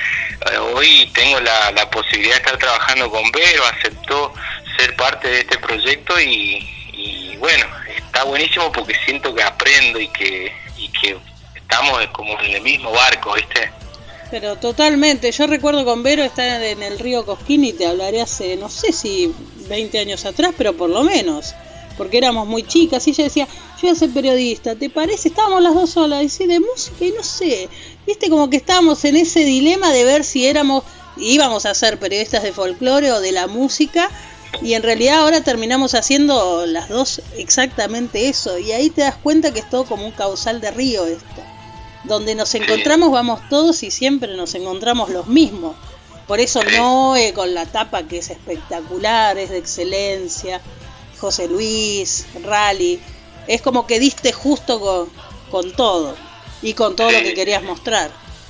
hoy tengo la, la posibilidad de estar trabajando con Vero, aceptó ser parte de este proyecto y, y bueno, está buenísimo porque siento que aprendo y que y que estamos como en el mismo barco, ¿viste? Pero totalmente, yo recuerdo con Vero estar en el río Cosquín y te hablaré hace, no sé si veinte años atrás, pero por lo menos, porque éramos muy chicas y ella decía, yo voy a ser periodista, ¿te parece? Estábamos las dos solas, y sí, de música y no sé, viste, como que estábamos en ese dilema de ver si éramos, íbamos a ser periodistas de folclore o de la música, y en realidad ahora terminamos haciendo las dos exactamente eso, y ahí te das cuenta que es todo como un causal de río esto. Donde nos encontramos vamos todos y siempre nos encontramos los mismos. Por eso Noé con la tapa que es espectacular, es de excelencia, José Luis, Rally, es como que diste justo con, con todo y con todo sí. Lo que querías mostrar.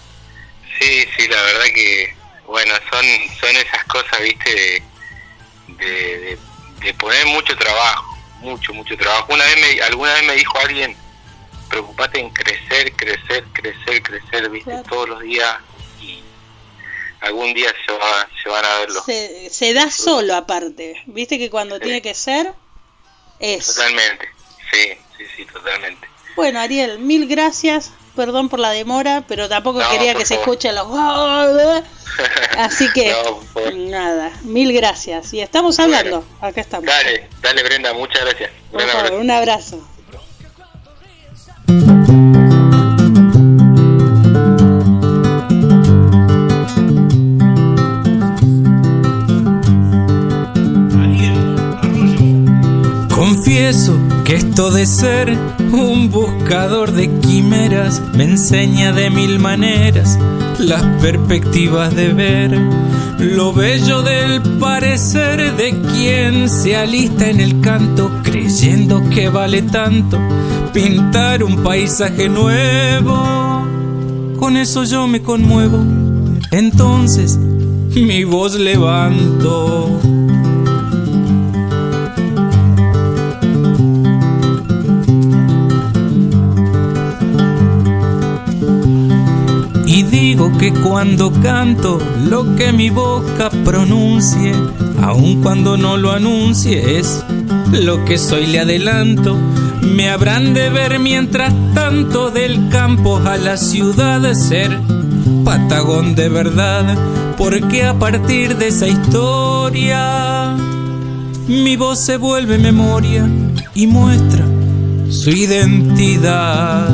Sí, sí, la verdad que, bueno, son son esas cosas, viste, de, de, de, de poner mucho trabajo, mucho, mucho trabajo. Una vez me, alguna vez me dijo alguien, preocupate en crecer, crecer, crecer, crecer, viste, claro. Todos los días, y algún día se, va, se van a verlo. Se, se da solo aparte, viste que cuando sí. tiene que ser, es. Totalmente, sí, sí, sí, totalmente. Bueno, Ariel, mil gracias, perdón por la demora, pero tampoco no, quería que favor. se escuche los... Así que, no, nada, mil gracias. Y estamos hablando, bueno, acá estamos. Dale, dale Brenda, muchas gracias. Por un favor, abrazo. Un abrazo. Confieso que esto de ser un buscador de quimeras me enseña de mil maneras las perspectivas de ver lo bello del parecer de quien se alista en el canto creyendo que vale tanto pintar un paisaje nuevo. Con eso yo me conmuevo, entonces mi voz levanto. Y digo que cuando canto lo que mi boca pronuncie, aun cuando no lo anuncie, es lo que soy, le adelanto. Me habrán de ver mientras tanto del campo a la ciudad ser patagón de verdad, porque a partir de esa historia mi voz se vuelve memoria y muestra su identidad.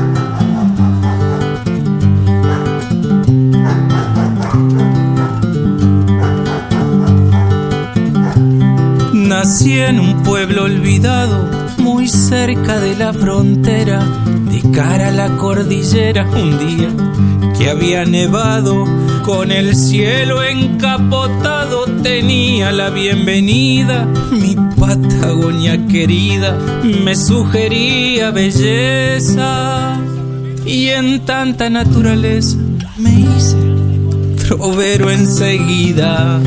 Nací en un pueblo olvidado, muy cerca de la frontera, de cara a la cordillera, un día que había nevado, con el cielo encapotado, tenía la bienvenida. Mi Patagonia querida me sugería belleza, y en tanta naturaleza me hice trovero enseguida.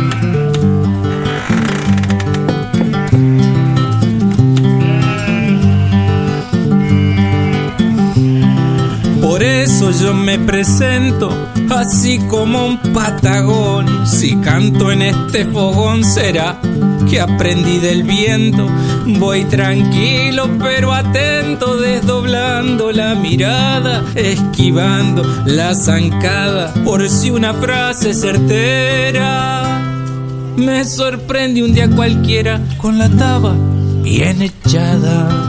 Por eso yo me presento así como un patagón. Si canto en este fogón será que aprendí del viento. Voy tranquilo pero atento, desdoblando la mirada, esquivando la zancada, por si una frase certera me sorprende un día cualquiera con la taba bien echada.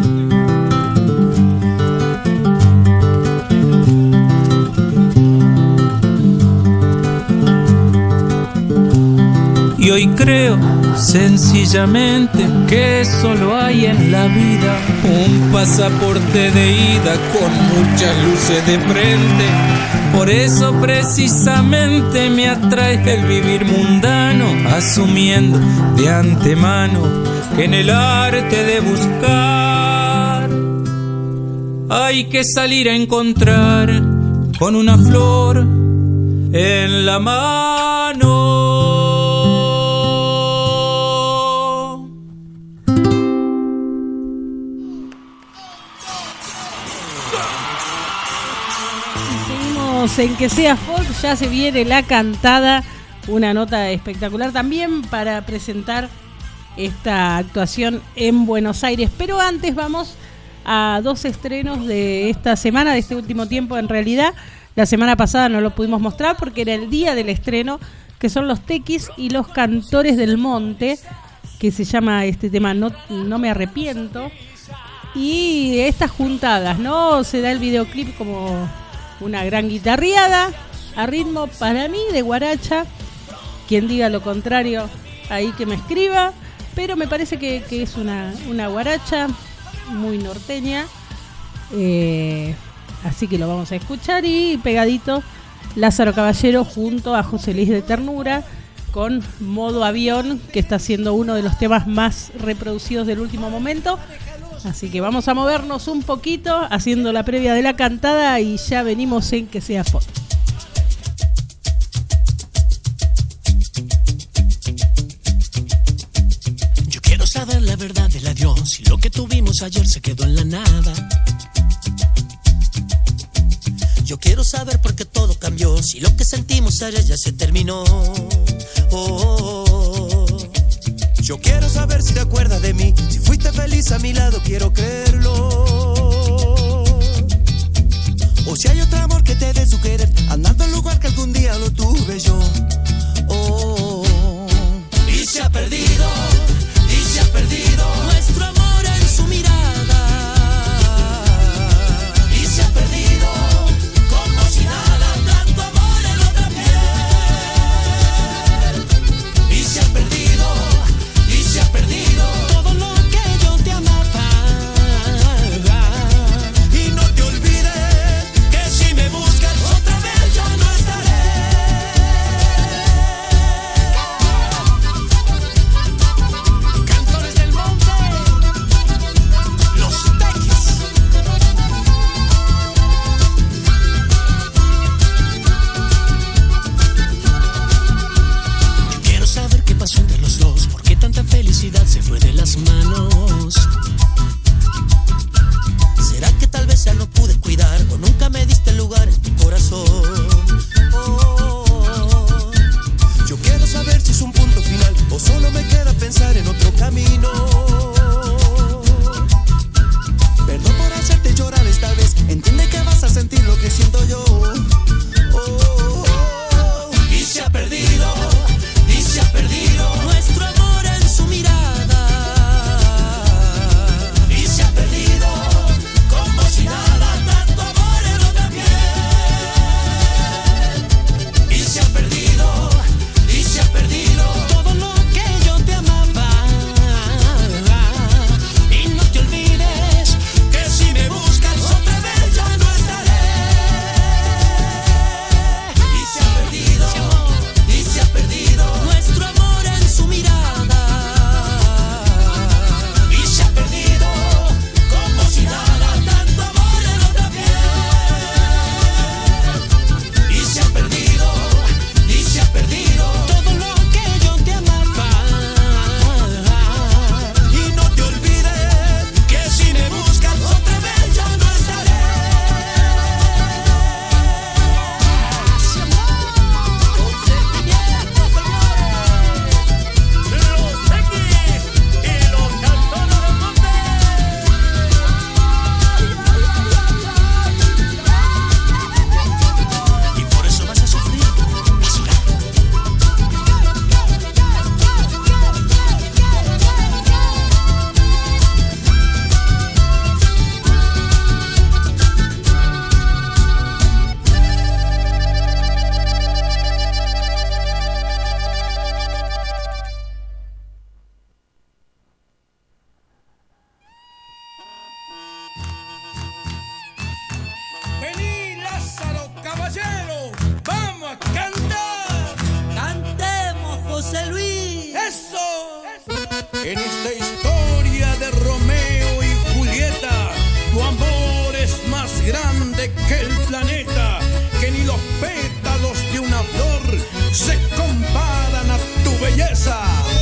Y hoy creo sencillamente que solo hay en la vida un pasaporte de ida con muchas luces de frente. Por eso precisamente me atrae el vivir mundano, asumiendo de antemano que en el arte de buscar hay que salir a encontrar con una flor en la mano. En que sea folk, ya se viene la cantada, una nota espectacular también para presentar esta actuación en Buenos Aires. Pero antes vamos a dos estrenos de esta semana, de este último tiempo en realidad. La semana pasada no lo pudimos mostrar porque era el día del estreno, que son los Tequis y los Cantores del Monte, que se llama este tema No, no me arrepiento. Y estas juntadas, ¿no? Se da el videoclip como una gran guitarreada a ritmo, para mí, de guaracha. Quien diga lo contrario, ahí que me escriba. Pero me parece que, que es una, una guaracha muy norteña. Eh, así que lo vamos a escuchar. Y pegadito, Lázaro Caballero junto a José Luis de Ternura con Modo Avión, que está siendo uno de los temas más reproducidos del último momento. Así que vamos a movernos un poquito haciendo la previa de la cantada y ya venimos en Que Sea Folk. Yo quiero saber la verdad del adiós, si lo que tuvimos ayer se quedó en la nada. Yo quiero saber por qué todo cambió, si lo que sentimos ayer ya se terminó. Oh, oh, oh. Yo quiero saber si te acuerdas de mí, si fuiste feliz a mi lado, quiero creerlo. O si hay otro amor que te dé su querer, andando al lugar que algún día lo tuve yo. Oh, oh, oh. Y se ha perdido, y se ha perdido nuestro amor en su mirada. Y se ha perdido como si nada, tanto amor en otra piel. Y se ha perdido, y se ha perdido todo lo que yo te amaba. Y no te olvides que si me buscas otra vez ya no estaré. Cantores del monte, los tequis. Quiero saber qué pasó entre los dos, por qué tanta felicidad se fue de las manos. ¿Será que tal vez ya no pude cuidar o nunca me diste lugar en tu corazón? Oh, oh, oh. Yo quiero saber si es un punto final o solo me queda pensar en otro camino. Perdón por hacerte llorar esta vez, entiende que vas a sentir lo que siento yo. Oh, oh, oh. Y se ha perdido, y se ha perdido nuestro amor en su mirada. Y se ha perdido como si nada, tanto amor en otra piel. Y se ha perdido, y se ha perdido todo lo que yo te amaba. Y no te olvides que si me buscas otra vez ya no estaré. Y se ha perdido, y se ha perdido nuestro amor en su mirada. Y se ha perdido como si nada, tanto amor en otra piel. Y se ha perdido, y se ha perdido todo lo que yo te amaba. Y no te olvides que si me buscas otra vez ya no estaré. Los tequis y los cantones del monte. Y por eso vas a sufrir, basura. Vení, Lázaro, caballero, vamos a cantar. Cantemos, José Luis. ¡Eso! En esta historia de Romeo y Julieta, tu amor es más grande que el planeta, que ni los pétalos de una flor se comparan a tu belleza.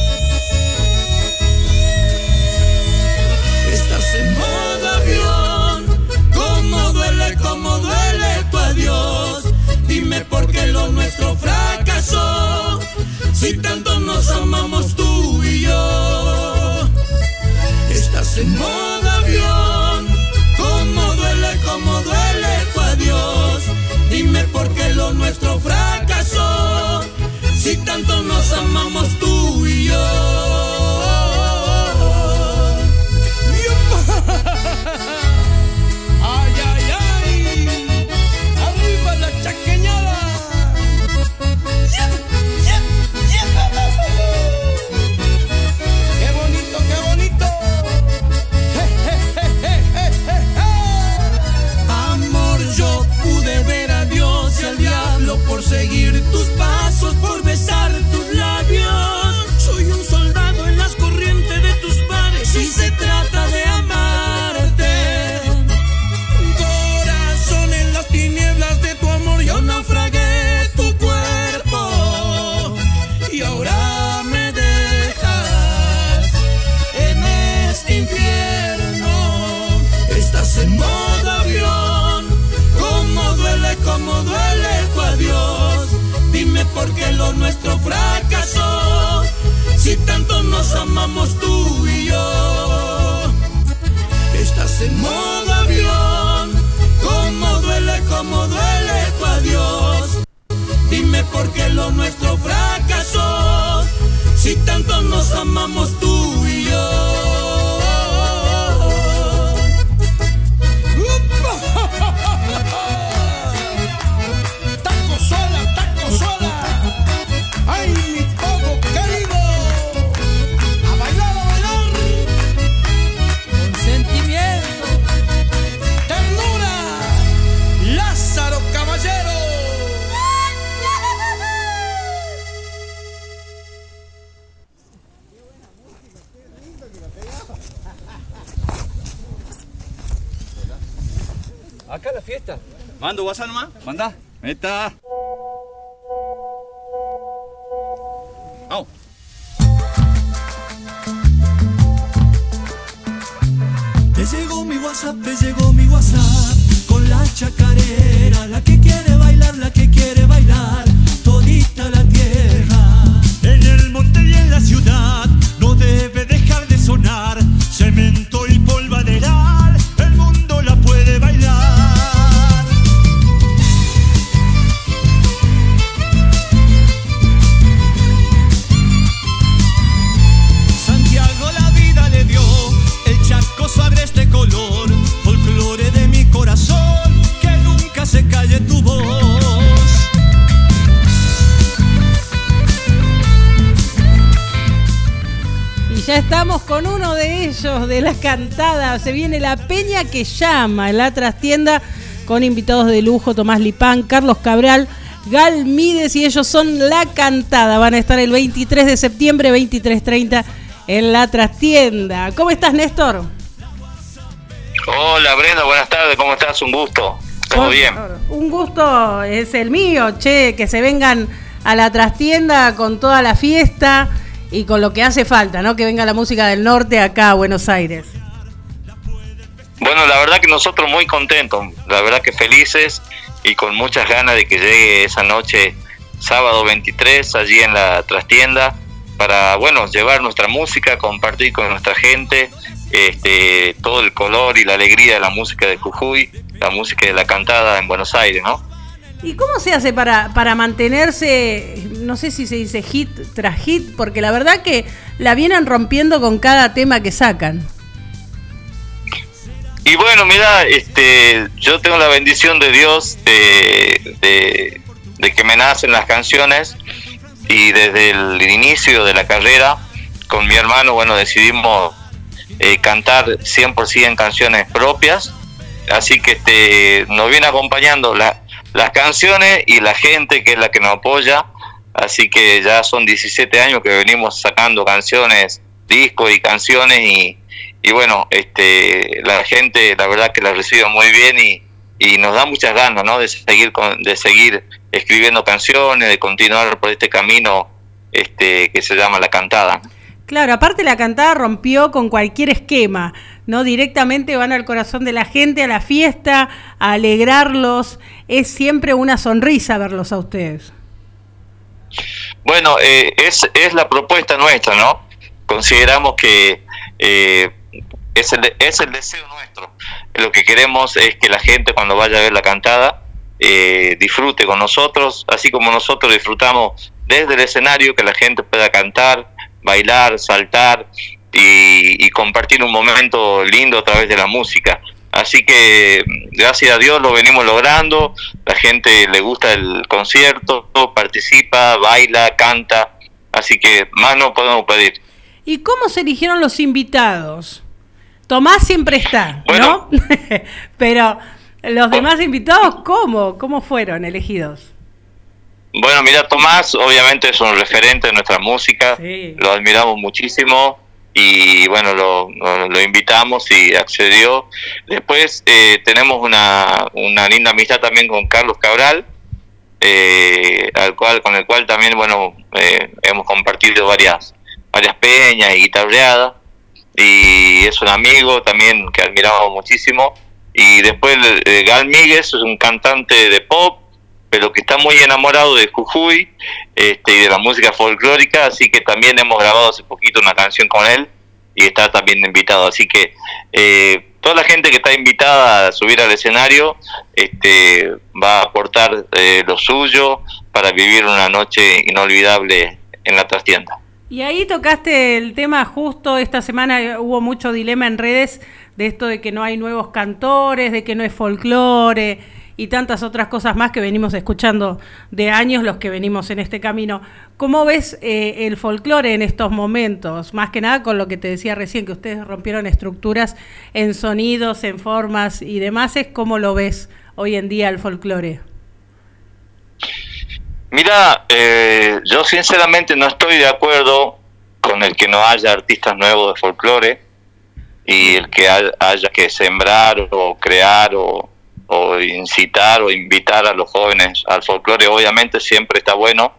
Estás en modo avión, cómo duele, cómo duele tu adiós. Dime por qué lo nuestro fracasó, si tanto nos amamos tú y yo. Estás en modo avión, cómo duele, cómo duele tu adiós. Dime por qué lo nuestro fracasó, si tanto nos amamos tú y yo. ¡Ay, ay, ay! ¡Arriba la chaqueñada! ¡Qué bonito, qué bonito! ¡Je, je, je, je, je, je! Amor, yo pude ver a Dios y al diablo por seguir tus pasos, por besar tus labios. amamos tú y yo. Estás en modo avión, cómo duele, cómo duele tu adiós. Dime por qué lo nuestro fracasó, si tanto nos amamos tú y yo. Taco sola, taco sola. Ay, mi poco querido. A bailar, a bailar. Con sentimiento. Ternura. Lázaro Caballero. Acá la fiesta. Mando WhatsApp nomás. Manda. Meta. Vamos. Te llegó mi WhatsApp, te llegó mi WhatsApp. Con la chacarera, la que quiere bailar, la que quiere bailar. Todita la tierra. En el monte y en la ciudad no debe dejar de sonar. Cemento y polvaderal, el mundo la puede bailar. Santiago la vida le dio, el charco su agreste color, folclore de mi corazón, que nunca se calle tu voz. Y ya estamos con uno de ellos, de las cantadas. Se viene la Peña que llama en la trastienda con invitados de lujo: Tomás Lipán, Carlos Cabral, Gal Míguez, y ellos son La Cantada. Van a estar el veintitrés de septiembre, veintitrés treinta en la trastienda. ¿Cómo estás, Néstor? Hola Brenda, buenas tardes, ¿cómo estás? Un gusto. ¿Todo bien? Un gusto es el mío, che, que se vengan a la trastienda con toda la fiesta y con lo que hace falta, ¿no? Que venga la música del norte acá a Buenos Aires. Bueno, la verdad que nosotros muy contentos, la verdad que felices y con muchas ganas de que llegue esa noche, sábado veintitrés, allí en la trastienda, para, bueno, llevar nuestra música, compartir con nuestra gente este, todo el color y la alegría de la música de Jujuy, la música de La Cantada en Buenos Aires, ¿no? ¿Y cómo se hace para, para mantenerse, no sé si se dice hit tras hit, porque la verdad que la vienen rompiendo con cada tema que sacan? Y bueno, mira, este, yo tengo la bendición de Dios de, de, de que me nacen las canciones, y desde el inicio de la carrera con mi hermano, bueno, decidimos eh, cantar cien por ciento canciones propias, así que este, nos viene acompañando la, las canciones y la gente que es la que nos apoya, así que ya son diecisiete años que venimos sacando canciones, discos y canciones, y, y bueno, este, la gente la verdad que la recibe muy bien, y, y nos da muchas ganas, ¿no?, de seguir con, de seguir escribiendo canciones, de continuar por este camino este, que se llama La Cantada. Claro, aparte La Cantada rompió con cualquier esquema, ¿no? Directamente van al corazón de la gente, a la fiesta, a alegrarlos. Es siempre una sonrisa verlos a ustedes. Bueno, eh, es, es la propuesta nuestra, ¿no? Consideramos que eh, es, el, es el deseo nuestro. Lo que queremos es que la gente, cuando vaya a ver La Cantada, eh, disfrute con nosotros, así como nosotros disfrutamos desde el escenario, que la gente pueda cantar, bailar, saltar y, y compartir un momento lindo a través de la música. Así que gracias a Dios lo venimos logrando, la gente le gusta el concierto, participa, baila, canta, así que más no podemos pedir. ¿Y cómo se eligieron los invitados? Tomás siempre está, ¿no? Bueno, pero los demás invitados, ¿cómo? ¿Cómo fueron elegidos? Bueno, mira, Tomás obviamente es un referente de nuestra música, sí. Lo admiramos muchísimo y bueno, lo, lo, lo invitamos y accedió. Después eh, tenemos una, una linda amistad también con Carlos Cabral, eh, al cual, con el cual también, bueno, eh, hemos compartido varias, varias peñas y guitarreadas, y es un amigo también que admiramos muchísimo. Y después eh, Gal Míguez es un cantante de pop, pero que está muy enamorado de Jujuy este, y de la música folclórica, así que también hemos grabado hace poquito una canción con él y está también invitado, así que eh, toda la gente que está invitada a subir al escenario este, va a aportar eh, lo suyo para vivir una noche inolvidable en la trastienda. Y ahí tocaste el tema justo esta semana, hubo mucho dilema en redes de esto de que no hay nuevos cantores, de que no es folclore y tantas otras cosas más que venimos escuchando de años los que venimos en este camino. ¿Cómo ves eh, el folclore en estos momentos? Más que nada con lo que te decía recién, que ustedes rompieron estructuras en sonidos, en formas y demás, ¿cómo lo ves hoy en día el folclore? Mira, eh, yo sinceramente no estoy de acuerdo con el que no haya artistas nuevos de folclore y el que haya que sembrar o crear o, o incitar o invitar a los jóvenes al folclore. Obviamente siempre está bueno,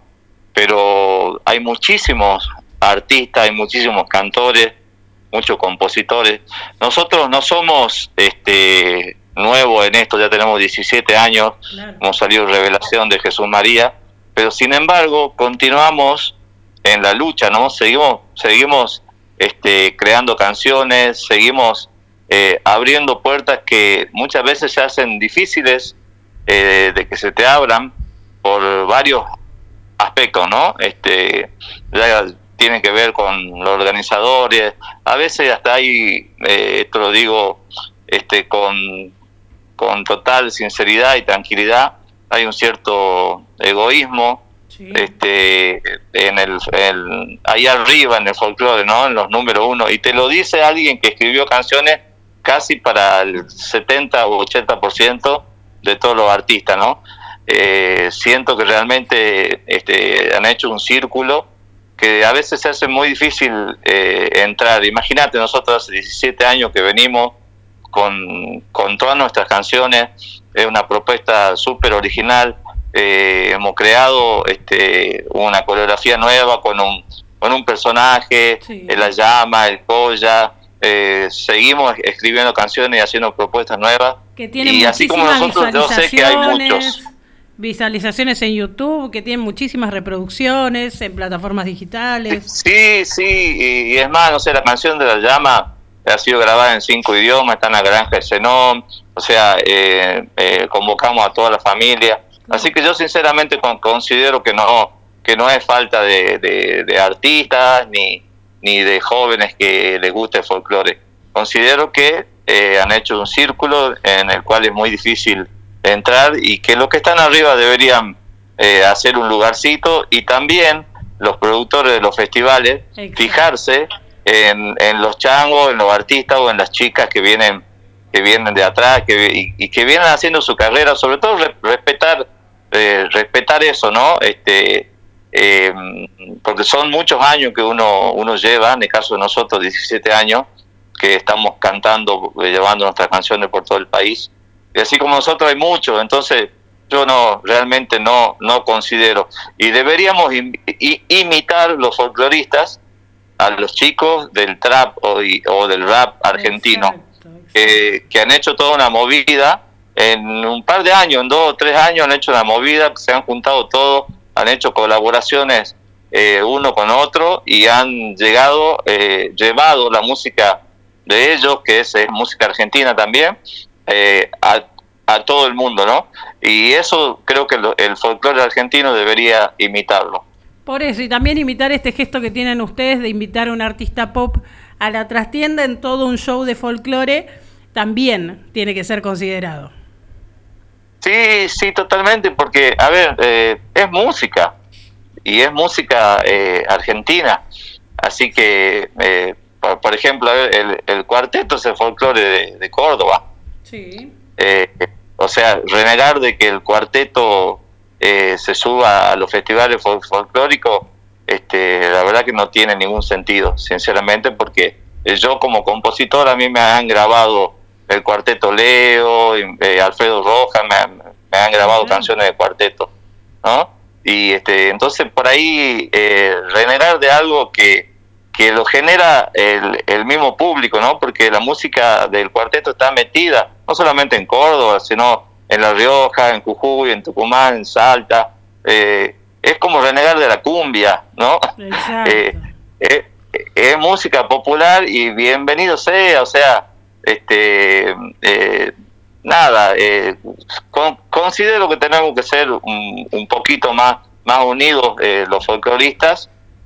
pero hay muchísimos artistas, hay muchísimos cantores, muchos compositores. Nosotros no somos este nuevos en esto, ya tenemos diecisiete años, claro. Hemos salido Revelación de Jesús María, pero sin embargo continuamos en la lucha, ¿no? Seguimos, seguimos este, creando canciones, seguimos eh, abriendo puertas que muchas veces se hacen difíciles eh, de que se te abran por varios aspectos, ¿no? Este, ya tienen que ver con los organizadores, a veces hasta hay, eh, esto lo digo este, con, con total sinceridad y tranquilidad, hay un cierto egoísmo sí. este en el, el ahí arriba en el folclore, ¿no? En los número uno, y te lo dice alguien que escribió canciones casi para el setenta o ochenta por ciento de todos los artistas, ¿no? Eh, siento que realmente este, han hecho un círculo que a veces se hace muy difícil eh, entrar. Imagínate, nosotros hace diecisiete años que venimos con, con todas nuestras canciones. Es una propuesta súper original, eh, hemos creado este, una coreografía nueva con un con un personaje, sí. La llama, el Colla, eh, seguimos escribiendo canciones y haciendo propuestas nuevas. Que tienen y así como nosotros, yo sé que hay muchos. Visualizaciones en YouTube, que tienen muchísimas reproducciones en plataformas digitales. Sí, sí, y, y es más, no sé, la canción de La Llama ha sido grabada en cinco idiomas, está en la granja de Zenón, o sea, eh, eh, convocamos a toda la familia, así que yo sinceramente con, considero que no que no es falta de, de, de artistas ni ni de jóvenes que les guste el folclore. Considero que eh, han hecho un círculo en el cual es muy difícil entrar y que los que están arriba deberían eh, hacer un lugarcito, y también los productores de los festivales Exacto. fijarse en, en los changos, en los artistas o en las chicas que vienen que vienen de atrás que, y, y que vienen haciendo su carrera, sobre todo re, respetar eh, respetar eso, ¿no? Este eh, porque son muchos años que uno uno lleva, en el caso de nosotros diecisiete años que estamos cantando, eh, llevando nuestras canciones por todo el país, y así como nosotros hay muchos, entonces yo no realmente no no considero, y deberíamos im, i, imitar los folcloristas a los chicos del trap o, y, o del rap argentino. Exacto. Que, que han hecho toda una movida en un par de años, en dos o tres años han hecho una movida, se han juntado todos, han hecho colaboraciones eh, uno con otro y han llegado, eh, llevado la música de ellos, que es, es música argentina también, eh, a, a todo el mundo, ¿no? Y eso creo que lo, el folclore argentino debería imitarlo. Por eso, y también imitar este gesto que tienen ustedes de invitar a un artista pop a la trastienda en todo un show de folclore, también tiene que ser considerado. Sí, sí, totalmente, porque, a ver, eh, es música, y es música eh, argentina, así que, eh, por, por ejemplo, a ver, el, el cuarteto es el folclore de, de Córdoba. Sí. Eh, o sea, renegar de que el cuarteto eh, se suba a los festivales fol- folclóricos, este, la verdad que no tiene ningún sentido, sinceramente, porque yo como compositor, a mí me han grabado el cuarteto Leo, eh, Alfredo Rojas, me han, me han grabado uh-huh. canciones de cuarteto, ¿no? Y este, entonces por ahí eh, renegar de algo que, que lo genera el, el mismo público, ¿no? Porque la música del cuarteto está metida, no solamente en Córdoba, sino en La Rioja, en Jujuy, en Tucumán, en Salta. Eh, es como renegar de la cumbia, ¿no? Eh, eh, es música popular y bienvenido sea, o sea, este, eh, nada, eh, con, considero que tenemos que ser un, un poquito más, más unidos eh, los folcloristas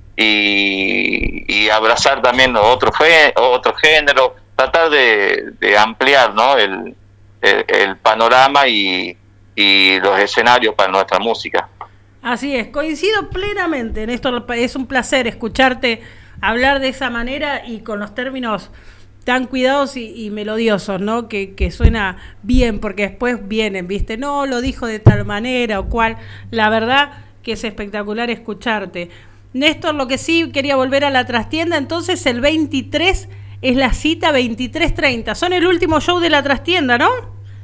y, y abrazar también otro, fe, otro género, tratar de, de ampliar, ¿no? el, el, el panorama y, y los escenarios para nuestra música. Así es, coincido plenamente en esto, es un placer escucharte hablar de esa manera y con los términos tan cuidados y, y melodiosos, ¿no? Que, que suena bien, porque después vienen, ¿viste? No, lo dijo de tal manera o cual. La verdad que es espectacular escucharte. Néstor, lo que sí quería volver a la trastienda, entonces el veintitrés es la cita, veintitrés treinta. Son el último show de la trastienda, ¿no?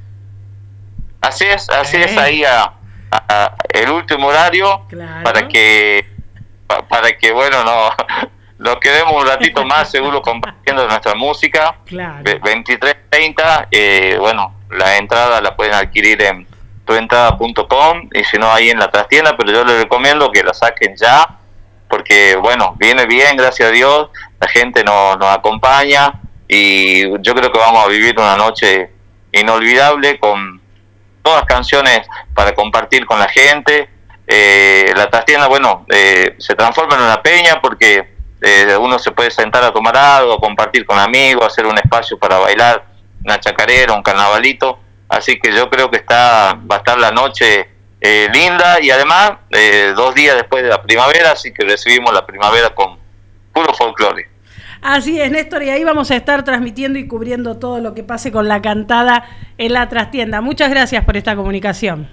Así es, así eh. es, ahí a, a, el último horario, claro. para que, pa, para que, bueno, no... Nos quedemos un ratito más seguro compartiendo nuestra música. Claro. veintitrés treinta, eh, bueno, la entrada la pueden adquirir en tu entrada punto com y si no ahí en la trastienda, pero yo les recomiendo que la saquen ya, porque bueno, viene bien, gracias a Dios, la gente nos, nos acompaña y yo creo que vamos a vivir una noche inolvidable con todas canciones para compartir con la gente. Eh, la trastienda, bueno, eh, se transforma en una peña porque Eh, uno se puede sentar a tomar algo, compartir con amigos, hacer un espacio para bailar una chacarera, un carnavalito, así que yo creo que está va a estar la noche eh, linda y además eh, dos días después de la primavera, así que recibimos la primavera con puro folclore. Así es, Néstor, y ahí vamos a estar transmitiendo y cubriendo todo lo que pase con la cantada en la trastienda. Muchas gracias por esta comunicación.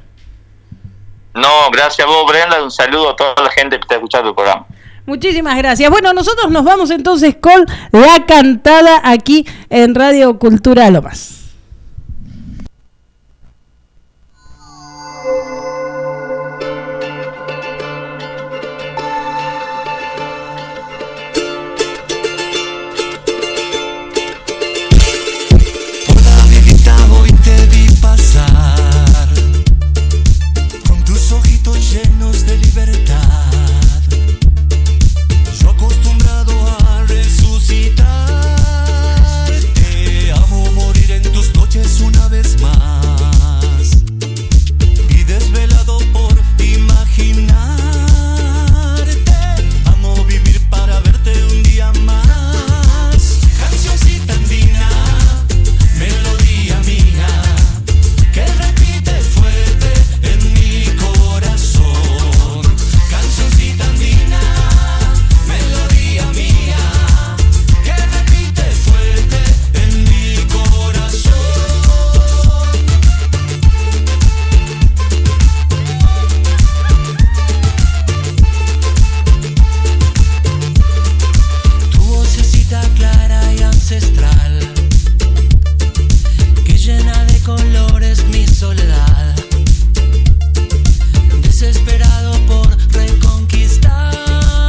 No, gracias a vos, Brenda, un saludo a toda la gente que está escuchando el programa. Muchísimas gracias. Bueno, nosotros nos vamos entonces con la cantada aquí en Radio Cultura Lomas. Hola, amiguita, hoy te vi pasar con tus ojitos llenos de libertad. Una vez más y desvelado por imaginarte, amo vivir para verte un día más. Cancioncita andina, melodía mía, que repite fuerte en mi corazón. Cancioncita andina, melodía mía, que repite fuerte en mi corazón. Clara y ancestral, que llena de colores mi soledad, desesperado por reconquistarte,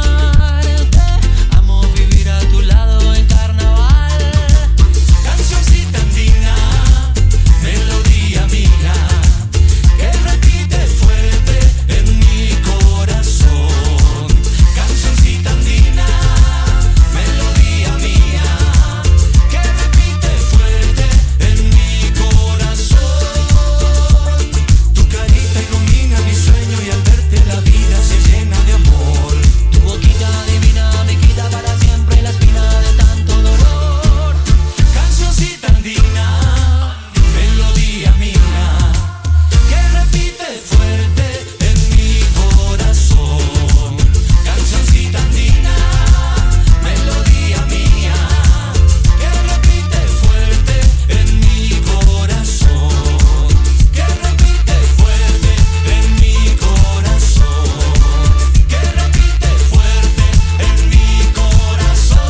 amo vivir a tu lado en carnaval. Cancioncita andina, melodía mía, que repite fuerte en mi corazón. Cancioncita andina, melodía mía, que repite fuerte en mi corazón. Tu carita ilumina mi sueño y al verte la vida se llena de amor. Tu boquita divina me quita para siempre la espina de tanto dolor. Cancioncita andina, melodía mía, que repite fuerte en mi corazón. Cancioncita andina, melodía mía, que repite fuerte en mi corazón, que repite fuerte en mi corazón, que repite fuerte en mi corazón.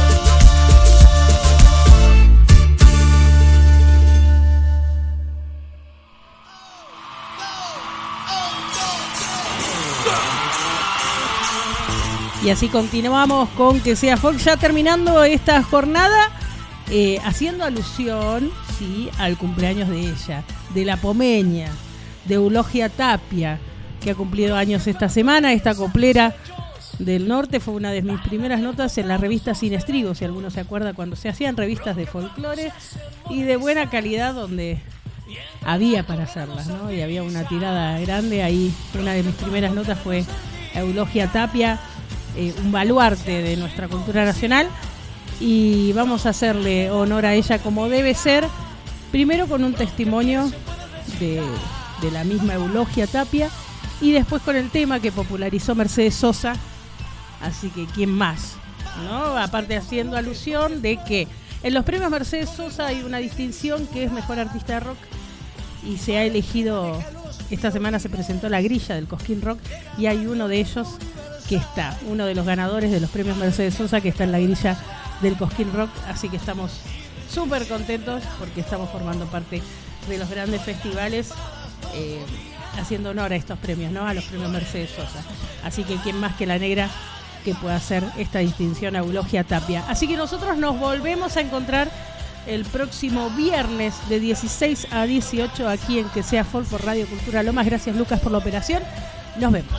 Y así continuamos con Que Sea Folk, ya terminando esta jornada, eh, haciendo alusión, sí, al cumpleaños de ella, de la Pomeña, de Eulogia Tapia, que ha cumplido años esta semana. Esta coplera del norte fue una de mis primeras notas en la revista Sin Estrigo, si alguno se acuerda, cuando se hacían revistas de folclore y de buena calidad, donde había para hacerlas, ¿no? Y había una tirada grande. Ahí una de mis primeras notas fue Eulogia Tapia, eh, un baluarte de nuestra cultura nacional, y vamos a hacerle honor a ella como debe ser, primero con un testimonio de, de la misma Eulogia Tapia, y después con el tema que popularizó Mercedes Sosa. Así que ¿quién más? ¿No? Aparte haciendo alusión de que en los premios Mercedes Sosa hay una distinción que es Mejor Artista de Rock, y se ha elegido, esta semana se presentó la grilla del Cosquín Rock y hay uno de ellos que está, uno de los ganadores de los premios Mercedes Sosa que está en la grilla del Cosquín Rock, así que estamos súper contentos porque estamos formando parte de los grandes festivales, eh, haciendo honor a estos premios, ¿no? A los premios Mercedes Sosa. Así que quién más que la negra que pueda hacer esta distinción a Eulogia Tapia. Así que nosotros nos volvemos a encontrar el próximo viernes de dieciséis a dieciocho aquí en Que Sea Folk por Radio Cultura Lomas. Gracias, Lucas, por la operación. Nos vemos.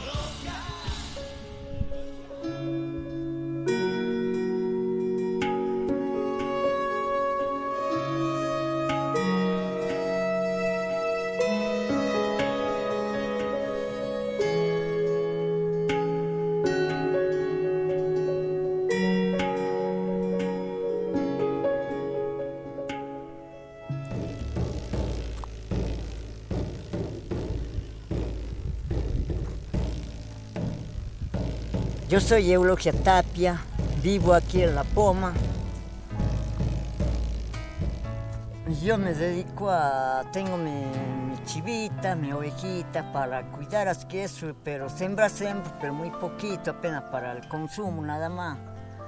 Yo soy Eulogia Tapia, vivo aquí en La Poma. Yo me dedico a... tengo mi, mi chivita, mi ovejita para cuidar, así que eso, pero sembra, sembro, pero muy poquito, apenas para el consumo, nada más.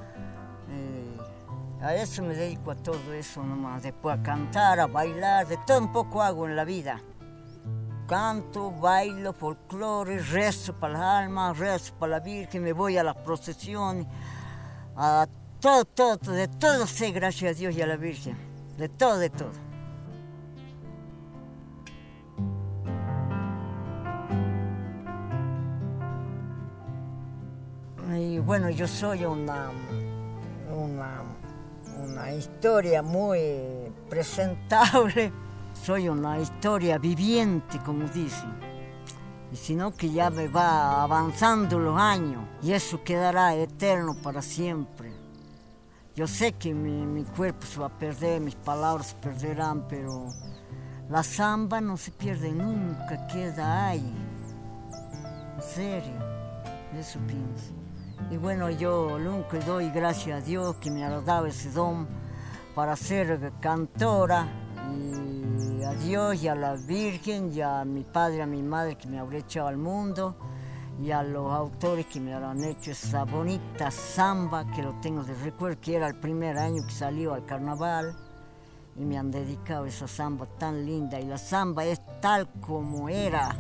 Eh, a eso me dedico, a todo eso nomás, después a cantar, a bailar, de todo un poco hago en la vida. Canto, bailo, folclore, rezo para las almas, rezo para la Virgen, me voy a las procesiones, a todo, todo, de todo sé, gracias a Dios y a la Virgen, de todo, de todo. Y bueno, yo soy una, una, una historia muy presentable. Soy una historia viviente, como dicen, y sino que ya me va avanzando los años y eso quedará eterno para siempre. Yo sé que mi, mi cuerpo se va a perder, mis palabras se perderán, pero la samba no se pierde nunca, queda ahí. En serio, eso pienso. Y bueno, yo nunca doy gracias a Dios que me ha dado ese don para ser cantora, y a Dios y a la Virgen y a mi padre, a mi madre que me habrá echado al mundo, y a los autores que me habrán hecho esa bonita samba que lo tengo de recuerdo, que era el primer año que salió al carnaval y me han dedicado esa samba tan linda, y la samba es tal como era.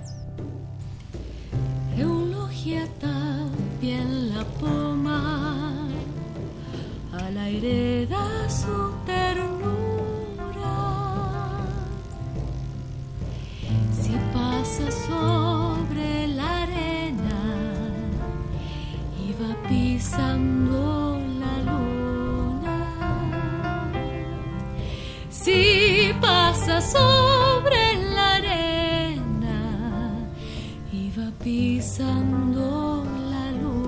Eulogia Tapia en La Poma, al aire da su ternura. Si pasa sobre la arena y va pisando la luna, si pasa sobre la arena y va pisando